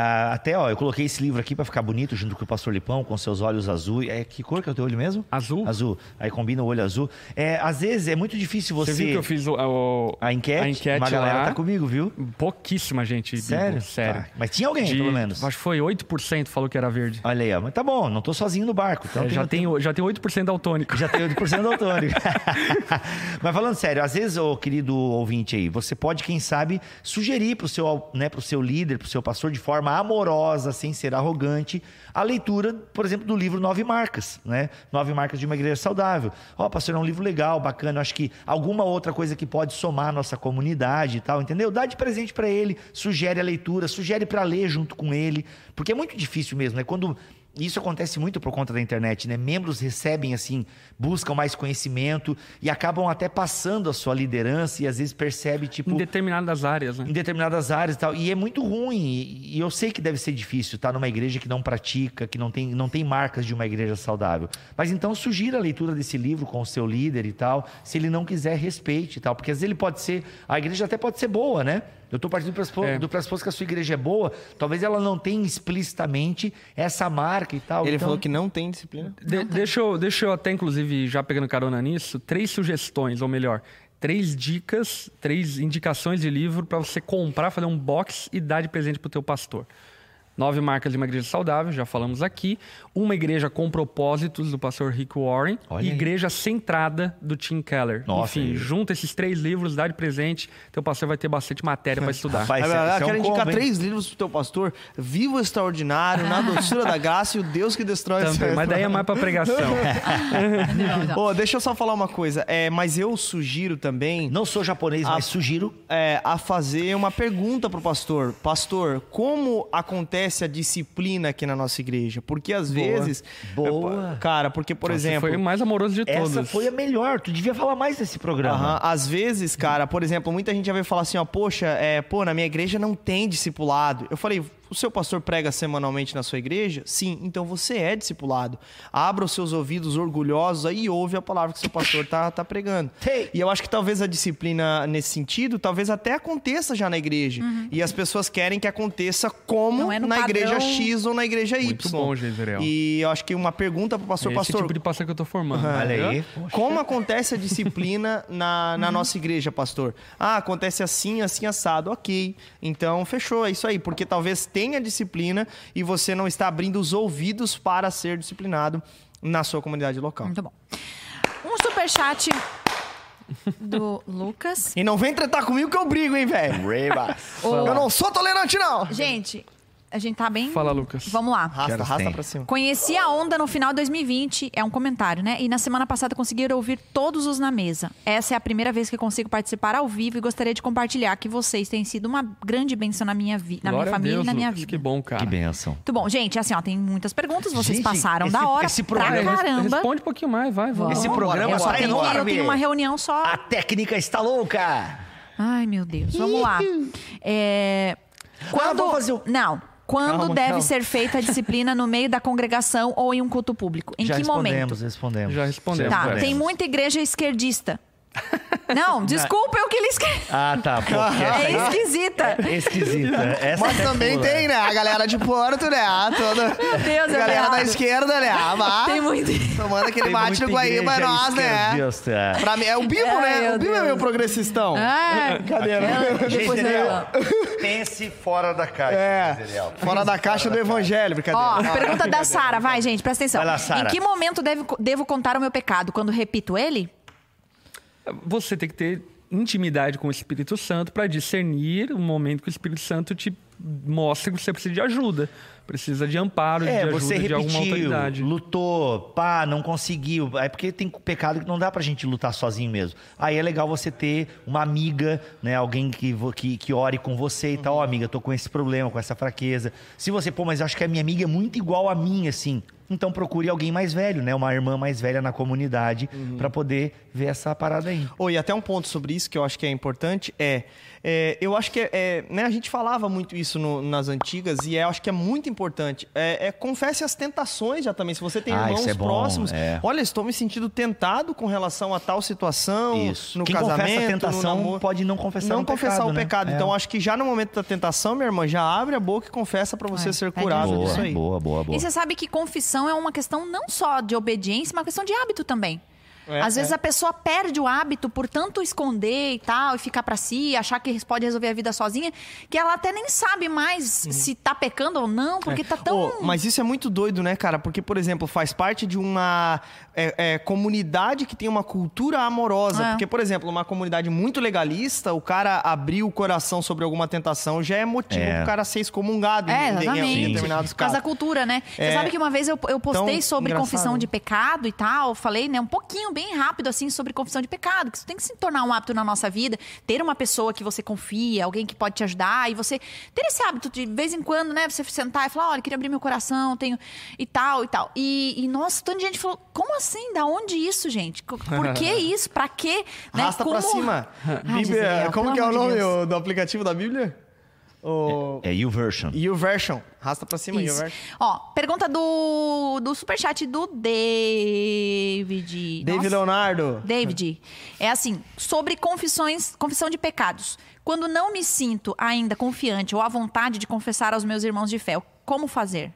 Eu coloquei esse livro aqui para ficar bonito, junto com o pastor Lipão, com seus olhos azuis. Que cor que é o teu olho mesmo? Azul. Azul. Aí combina o olho azul. Às vezes é muito difícil você... Você viu que eu fiz a enquete? Uma galera lá, tá comigo, viu? Pouquíssima gente. Sério? Sério. Tá. Mas tinha alguém, pelo menos. Acho que foi 8% falou que era verde. Olha aí, mas tá bom, não tô sozinho no barco. Então já tem 8% daltônico. Já tem 8% daltônico. Mas falando sério, às vezes, querido ouvinte aí, você pode, quem sabe, sugerir pro seu líder, pro seu pastor, de forma amorosa, sem ser arrogante, a leitura, por exemplo, do livro 9 Marcas, né? 9 Marcas de uma Igreja Saudável. Pastor, é um livro legal, bacana, eu acho que alguma outra coisa que pode somar a nossa comunidade e tal, entendeu? Dá de presente para ele, sugere a leitura, sugere para ler junto com ele, porque é muito difícil mesmo, né? Quando... Isso acontece muito por conta da internet, né? Membros recebem, assim, buscam mais conhecimento e acabam até passando a sua liderança e às vezes percebe, tipo... Em determinadas áreas, né? Em determinadas áreas e tal. E é muito ruim. E eu sei que deve ser difícil estar numa igreja que não pratica, que não tem marcas de uma igreja saudável. Mas então sugira a leitura desse livro com o seu líder e tal. Se ele não quiser, respeite e tal. Porque às vezes ele pode ser... A igreja até pode ser boa, né? Eu estou partindo do pressuposto que a sua igreja é boa, talvez ela não tenha explicitamente essa marca e tal. Ele falou que não tem disciplina. Deixa eu até, inclusive, já pegando carona nisso, 3 sugestões, ou melhor, 3 dicas, 3 indicações de livro para você comprar, fazer um box e dar de presente para o teu pastor. 9 Marcas de uma Igreja Saudável, já falamos aqui. Uma Igreja com Propósitos, do pastor Rick Warren. Olha e aí. Igreja Centrada, do Tim Keller. Nossa, enfim, junta esses 3 livros, dá de presente. Teu pastor vai ter bastante matéria para estudar. Rapaz, Eu quero indicar 3 livros pro teu pastor. Viva o Extraordinário, Na Doçura da Graça e o Deus que Destrói o Céu. Mas daí é mais para pregação. Deixa eu só falar uma coisa. Mas eu sugiro também... Não sou japonês, mas sugiro... a fazer uma pergunta pro pastor. Pastor, como acontece a disciplina aqui na nossa igreja? Porque às vezes... Boa. Cara, porque, por exemplo... Foi o mais amoroso de todos. Essa foi a melhor. Tu devia falar mais desse programa. Às vezes, cara, por exemplo, muita gente já veio falar assim, poxa, na minha igreja não tem discipulado. Eu falei... O seu pastor prega semanalmente na sua igreja? Sim, então você é discipulado. Abra os seus ouvidos orgulhosos aí e ouve a palavra que o seu pastor tá pregando. Hey. E eu acho que talvez a disciplina nesse sentido, talvez até aconteça já na igreja. E as pessoas querem que aconteça como na igreja X ou na igreja Y. Muito bom, Jezreel. E eu acho que uma pergunta pro pastor, esse tipo de pastor que eu tô formando. Olha aí. Como acontece a disciplina na nossa igreja, pastor? Acontece assim, assim, assado. Ok. Então, fechou. É isso aí. Porque talvez tenha disciplina e você não está abrindo os ouvidos para ser disciplinado na sua comunidade local. Muito bom. Um superchat do Lucas. E não vem tretar comigo que eu brigo, hein, velho? Eu não sou tolerante, não. Gente, a gente tá bem... Fala, Lucas. Vamos lá. Arrasta pra cima. Conheci a Onda no final de 2020, é um comentário, né? E na semana passada consegui ouvir todos os na mesa. Essa é a primeira vez que consigo participar ao vivo e gostaria de compartilhar que vocês têm sido uma grande bênção na minha vida, na minha família e na minha vida. Que bom, cara. Que bênção. Muito bom. Gente, assim, tem muitas perguntas, vocês Gente, passaram da hora pra caramba. Responde um pouquinho mais, vai. Esse programa eu só tá tenho, enorme. eu tenho uma reunião só. A técnica está louca. Ai, meu Deus. Vamos lá. vamos fazer o... Não. Quando deve ser feita a disciplina no meio da congregação ou em um culto público? Em que momento? Respondemos. Já respondemos. Tá, tem muita igreja esquerdista. Não, desculpa, eu que ele esqueci. Tá. Pô, É esquisita. É esquisita. Essa Mas também tem, né? A galera de Porto, né? Meu Deus, a galera da esquerda, né? Tem muito. Tomando aquele mate no Guaíba, nós, né? Pra mim, é o Bibo, né? O Bibo é meu progressistão. Brincadeira. Pense fora da caixa. Fora da caixa do evangelho, brincadeira. Pergunta da Sara, vai, gente, presta atenção. Vai lá, Sara. Em que momento devo contar o meu pecado? Quando repito ele? Você tem que ter intimidade com o Espírito Santo para discernir o momento que o Espírito Santo te mostra que você precisa de ajuda. Precisa de amparo, de ajuda você repetiu, de alguma autoridade. Lutou, não conseguiu. É porque tem pecado que não dá pra gente lutar sozinho mesmo. Aí é legal você ter uma amiga, né? Alguém que ore com você e tal. Amiga, tô com esse problema, com essa fraqueza. Se você, mas eu acho que a minha amiga é muito igual a mim, assim. Então procure alguém mais velho, né? Uma irmã mais velha na comunidade pra poder ver essa parada aí. E até um ponto sobre isso que eu acho que é importante eu acho que né, a gente falava muito isso nas antigas e eu acho que é muito importante. Confesse as tentações já também. Se você tem irmãos próximos, olha, estou me sentindo tentado com relação a tal situação no Quem casamento, confessa a tentação no namoro, pode não confessar o né? pecado. Então acho que já no momento da tentação, minha irmã, já abre a boca e confessa para você ser curado disso aí. Boa. E você sabe que confissão é uma questão não só de obediência, mas uma questão de hábito também. Às vezes a pessoa perde o hábito por tanto esconder e tal, e ficar pra si, achar que pode resolver a vida sozinha, que ela até nem sabe mais se tá pecando ou não, porque tá tão... Mas isso é muito doido, né, cara? Porque, por exemplo, faz parte de uma comunidade que tem uma cultura amorosa. Porque, por exemplo, uma comunidade muito legalista, o cara abrir o coração sobre alguma tentação já é motivo pro cara ser excomungado em determinados casos. Por causa da cultura, né? Você sabe que uma vez eu postei sobre confissão de pecado e tal, falei, né, um pouquinho bem rápido, assim, sobre confissão de pecado, que isso tem que se tornar um hábito na nossa vida, ter uma pessoa que você confia, alguém que pode te ajudar, e você ter esse hábito de vez em quando, né, você sentar e falar, olha, queria abrir meu coração, tenho e tal. E nossa, tanta gente falou, como assim? Da onde isso, gente? Por que isso? Pra quê? Arrasta pra cima. Bíblia, como que é o nome do aplicativo da Bíblia? YouVersion. YouVersion. Arrasta pra cima, YouVersion. Pergunta do superchat do David. Leonardo. David. É assim, sobre confissão de pecados. Quando não me sinto ainda confiante ou à vontade de confessar aos meus irmãos de fé, como fazer?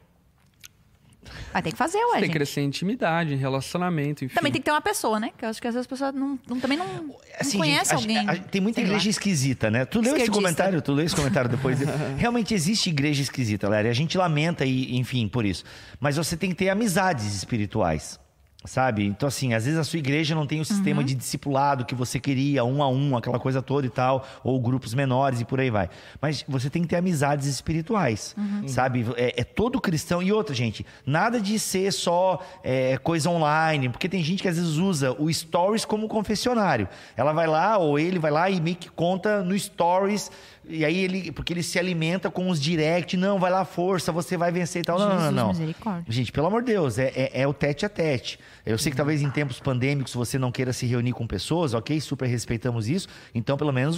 Vai ter que fazer, Tem que crescer em intimidade, em relacionamento, enfim. Também tem que ter uma pessoa, né? Que eu acho que às vezes as pessoas também não conhecem alguém. Tem muita igreja esquisita, né? Tu leu esse comentário? Depois? Realmente existe igreja esquisita, Larry. A gente lamenta, enfim, por isso. Mas você tem que ter amizades espirituais. Sabe? Então, assim, às vezes a sua igreja não tem o sistema de discipulado que você queria, 1 a 1, aquela coisa toda e tal, ou grupos menores e por aí vai. Mas você tem que ter amizades espirituais, sabe? É todo cristão. E outra, gente, nada de ser só coisa online, porque tem gente que às vezes usa o Stories como confessionário. Ela vai lá, ou ele vai lá e meio que conta no Stories, e aí porque ele se alimenta com os direct, não, vai lá, força, você vai vencer e tal. Não. Misericórdia. Gente, pelo amor de Deus, é o tete a tete. Eu sei que talvez em tempos pandêmicos você não queira se reunir com pessoas, ok? Super respeitamos isso. Então, pelo menos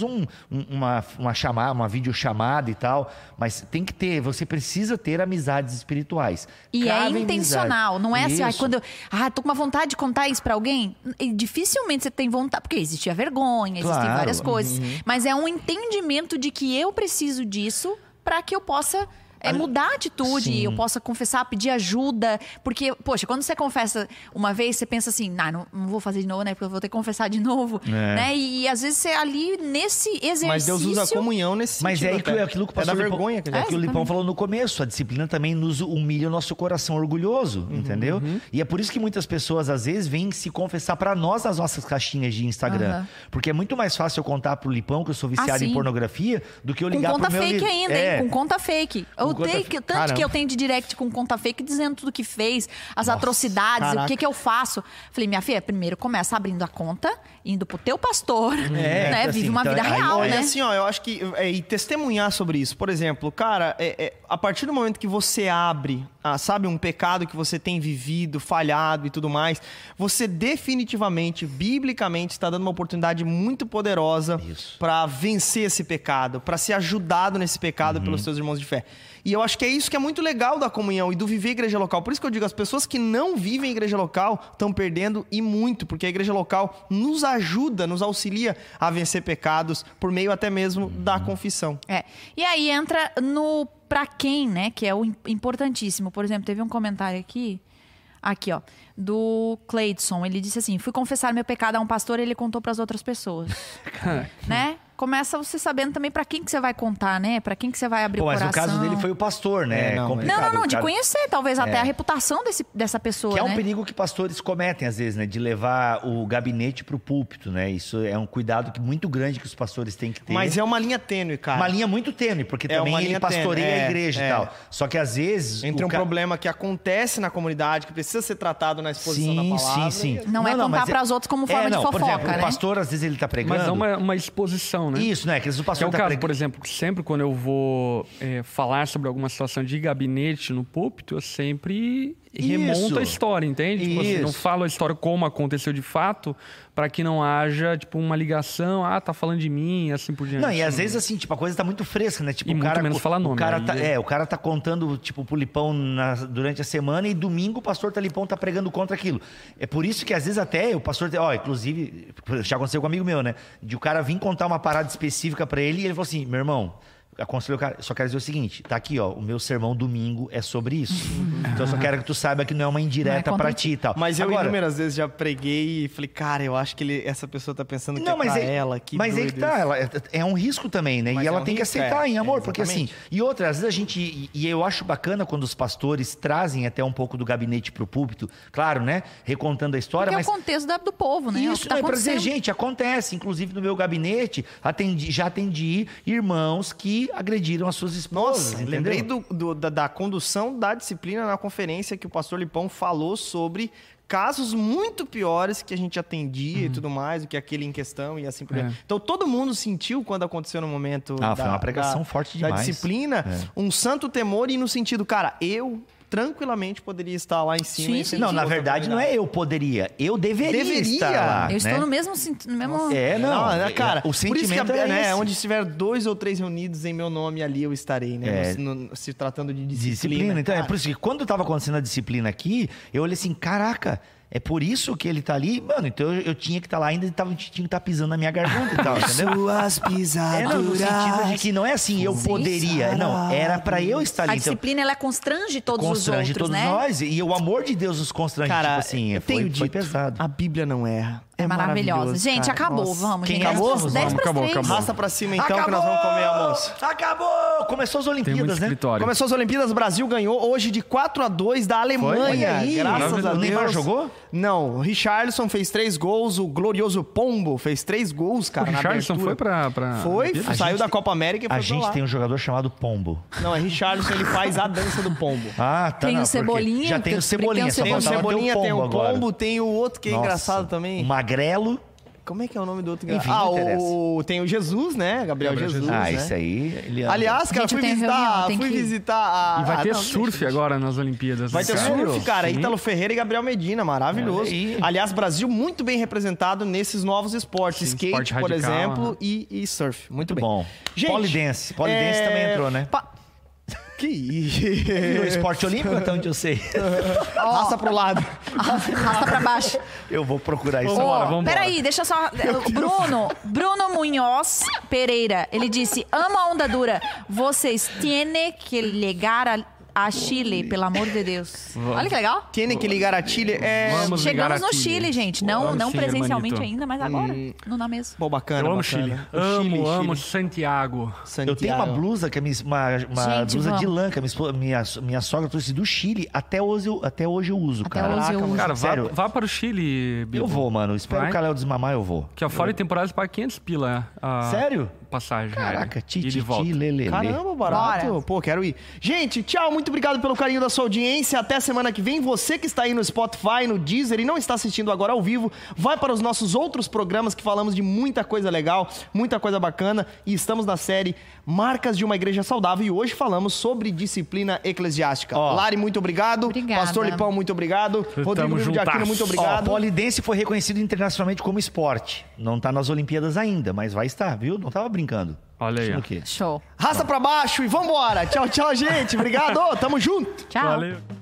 uma videochamada e tal. Mas tem que ter, você precisa ter amizades espirituais. E é intencional, não é assim, quando eu tô com uma vontade de contar isso pra alguém, dificilmente você tem vontade, porque existe a vergonha, existem várias coisas. Mas é um entendimento de que eu preciso disso pra que eu possa... mudar a atitude, eu posso confessar, pedir ajuda. Porque, poxa, quando você confessa uma vez, você pensa assim, não vou fazer de novo, né? Porque eu vou ter que confessar de novo. Né? E às vezes você ali, nesse exercício... Mas Deus usa a comunhão nesse sentido. Mas aquilo que o pastor vergonha. Que o Lipão falou no começo. A disciplina também nos humilha o nosso coração orgulhoso, entendeu? E é por isso que muitas pessoas, às vezes, vêm se confessar pra nós nas nossas caixinhas de Instagram. Porque é muito mais fácil eu contar pro Lipão que eu sou viciado em pornografia do que eu ligar pro meu... Com conta fake ainda, hein? Com conta fake. Tanto que eu tenho de direct com conta fake dizendo tudo que fez, as atrocidades, o que eu faço. Falei, minha filha, primeiro começa abrindo a conta, indo pro teu pastor, né? Vive uma vida real, né? Assim, eu acho que... e testemunhar sobre isso. Por exemplo, cara, a partir do momento que você abre, sabe, um pecado que você tem vivido, falhado e tudo mais, você definitivamente, biblicamente, está dando uma oportunidade muito poderosa para vencer esse pecado, para ser ajudado nesse pecado pelos seus irmãos de fé. E eu acho que é isso que é muito legal da comunhão e do viver igreja local. Por isso que eu digo, as pessoas que não vivem igreja local estão perdendo e muito, porque a igreja local nos ajuda, nos auxilia a vencer pecados por meio até mesmo da confissão. E aí entra no pra quem, né, que é o importantíssimo. Por exemplo, teve um comentário aqui, ó, do Cleidson. Ele disse assim, fui confessar meu pecado a um pastor e ele contou para as outras pessoas. Né? começa você sabendo também pra quem que você vai contar, né? Pra quem que você vai abrir o coração. Mas no caso dele foi o pastor, né? Não, de conhecer, talvez até a reputação dessa pessoa, que é né? um perigo que pastores cometem, às vezes, né? De levar o gabinete pro púlpito, né? Isso é um cuidado muito grande que os pastores têm que ter. Mas é uma linha tênue, cara. Uma linha muito tênue, porque também ele pastoreia a igreja e tal. Só que às vezes... Entre um problema que acontece na comunidade, que precisa ser tratado na exposição da palavra. Sim. Não é contar para os outros como forma de fofoca, por exemplo, né? O pastor, às vezes, ele tá pregando... Mas é uma exposição, né? Isso, né? Que às vezes o pastor tá pregando. Por exemplo, sempre quando eu vou falar sobre alguma situação de gabinete no púlpito, eu sempre remonto a história, entende? Tipo assim, não falo a história como aconteceu de fato, para que não haja, tipo, uma ligação, tá falando de mim, assim por diante. Não, e às vezes, assim, tipo, a coisa tá muito fresca, né? Tipo, e muito menos falar nome. O cara tá contando, tipo, pro Lipão durante a semana e domingo o pastor Lipão tá pregando contra aquilo. É por isso que às vezes até o pastor... inclusive, já aconteceu com um amigo meu, né? De o cara vir contar uma parada específica para ele e ele falou assim, meu irmão... Aconselho o cara, só quero dizer o seguinte, tá aqui, ó, o meu sermão domingo é sobre isso. Então eu só quero que tu saiba que não é uma indireta pra ti e tal. Mas eu inúmeras vezes já preguei e falei, cara, eu acho que essa pessoa tá pensando que pra ela. Mas é que tá, é um risco também, né? Mas e ela tem que aceitar em amor, porque assim... E outra, às vezes a gente... E eu acho bacana quando os pastores trazem até um pouco do gabinete pro púlpito, claro, né? Recontando a história, porque é o contexto do povo, né? Isso, é pra dizer, gente, acontece. Inclusive no meu gabinete, já atendi irmãos que agrediram as suas esposas. Nossa, lembrei da condução da disciplina na conferência que o pastor Lipão falou sobre casos muito piores que a gente atendia e tudo mais, do que aquele em questão e assim por diante. Então todo mundo sentiu quando aconteceu no momento foi uma pregação forte demais. Da disciplina, um santo temor e no sentido, cara, eu tranquilamente poderia estar lá em cima. Sim. Não, na verdade não é eu poderia, eu deveria estar lá. Eu estou no mesmo... cara, o sentimento onde estiver 2 ou 3 reunidos em meu nome, ali eu estarei, né? Se tratando de disciplina. Então, é por isso que quando estava acontecendo a disciplina aqui, eu olhei assim, caraca... É por isso que ele tá ali, mano, então eu tinha que estar lá ainda, tinha que estar pisando na minha garganta e tal, entendeu? Suas pisaduras. No sentido de que não é assim, eu poderia. Não, era pra eu estar ali. A disciplina, ela constrange todos os outros, todos né? nós. E o amor de Deus nos constrange, cara, tipo assim, foi pesado. A Bíblia não erra. É maravilhosa. Gente, cara. acabou. Nossa. Vamos, Quem gente. acabou? 10 para 3. Arrasta pra cima, então, que nós vamos comer almoço. Acabou! Começou as Olimpíadas, né? Começou as Olimpíadas, o Brasil ganhou hoje de 4-2 da Alemanha. Aí, graças a Deus. O Neymar jogou? Não, o Richarlison fez 3 gols, o glorioso Pombo fez 3 gols, cara, na abertura. O Richarlison foi pra... Saiu da Copa América e foi pra lá. A gente tem um jogador chamado Pombo. Não, é Richarlison, ele faz a dança do Pombo. Tá. Tem o Cebolinha. Já tem o Cebolinha. Tem o Cebolinha, tem o Pombo, tem o outro que é engraçado também. O Magrelo. Como é que é o nome do outro? Enfim, tem o Jesus, né? Gabriel Jesus. Né? Isso aí. Aliás, cara, fui visitar E vai ter surf agora nas Olimpíadas. Vai ter surf, cara. Ítalo Ferreira e Gabriel Medina, maravilhoso. Aliás, Brasil muito bem representado nesses novos esportes. Sim, skate, esporte por radical, exemplo, e surf. Muito bem. Bom. Gente, Polidense. Polidense também entrou, né? Que isso? No esporte olímpico, até onde eu sei. Arrasta pro lado. Arrasta pra baixo. Eu vou procurar isso. Vamos Peraí, deixa só... Bruno Munhoz Pereira, ele disse, amo a onda dura. Vocês têm que ligar a Chile, pelo amor de Deus. Vamos. Olha que legal. Tem que ligar a Chile. Chegamos no Chile, gente. Não sim, presencialmente hermanito. ainda, mas agora, no na mesa. Pô, bacana, Eu amo bacana. Chile. Amo Santiago. Eu tenho uma blusa, que é uma blusa de lã, que minha sogra trouxe do Chile. Até hoje eu uso, cara. Cara, vá para o Chile, Bibo. Eu vou, mano. Espero o Calel desmamar, eu vou. Que a fora de temporada você paga 500 pila. Sério? Passagem. Caraca, lelê. Caramba, barato. Bora. Pô, quero ir. Gente, tchau. Muito obrigado pelo carinho da sua audiência. Até semana que vem. Você que está aí no Spotify, no Deezer e não está assistindo agora ao vivo, vai para os nossos outros programas que falamos de muita coisa legal, muita coisa bacana. E estamos na série Marcas de uma Igreja Saudável. E hoje falamos sobre disciplina eclesiástica. Lari, muito obrigado. Obrigada. Pastor Lipão, muito obrigado. Rodrigo Vivo de Aquino, muito obrigado. Polidense foi reconhecido internacionalmente como esporte. Não está nas Olimpíadas ainda, mas vai estar, viu? Não tava brincando. Olha aí. Show. Raça pra baixo e vambora. Tchau, tchau, gente. Obrigado. Tamo junto. Tchau. Valeu.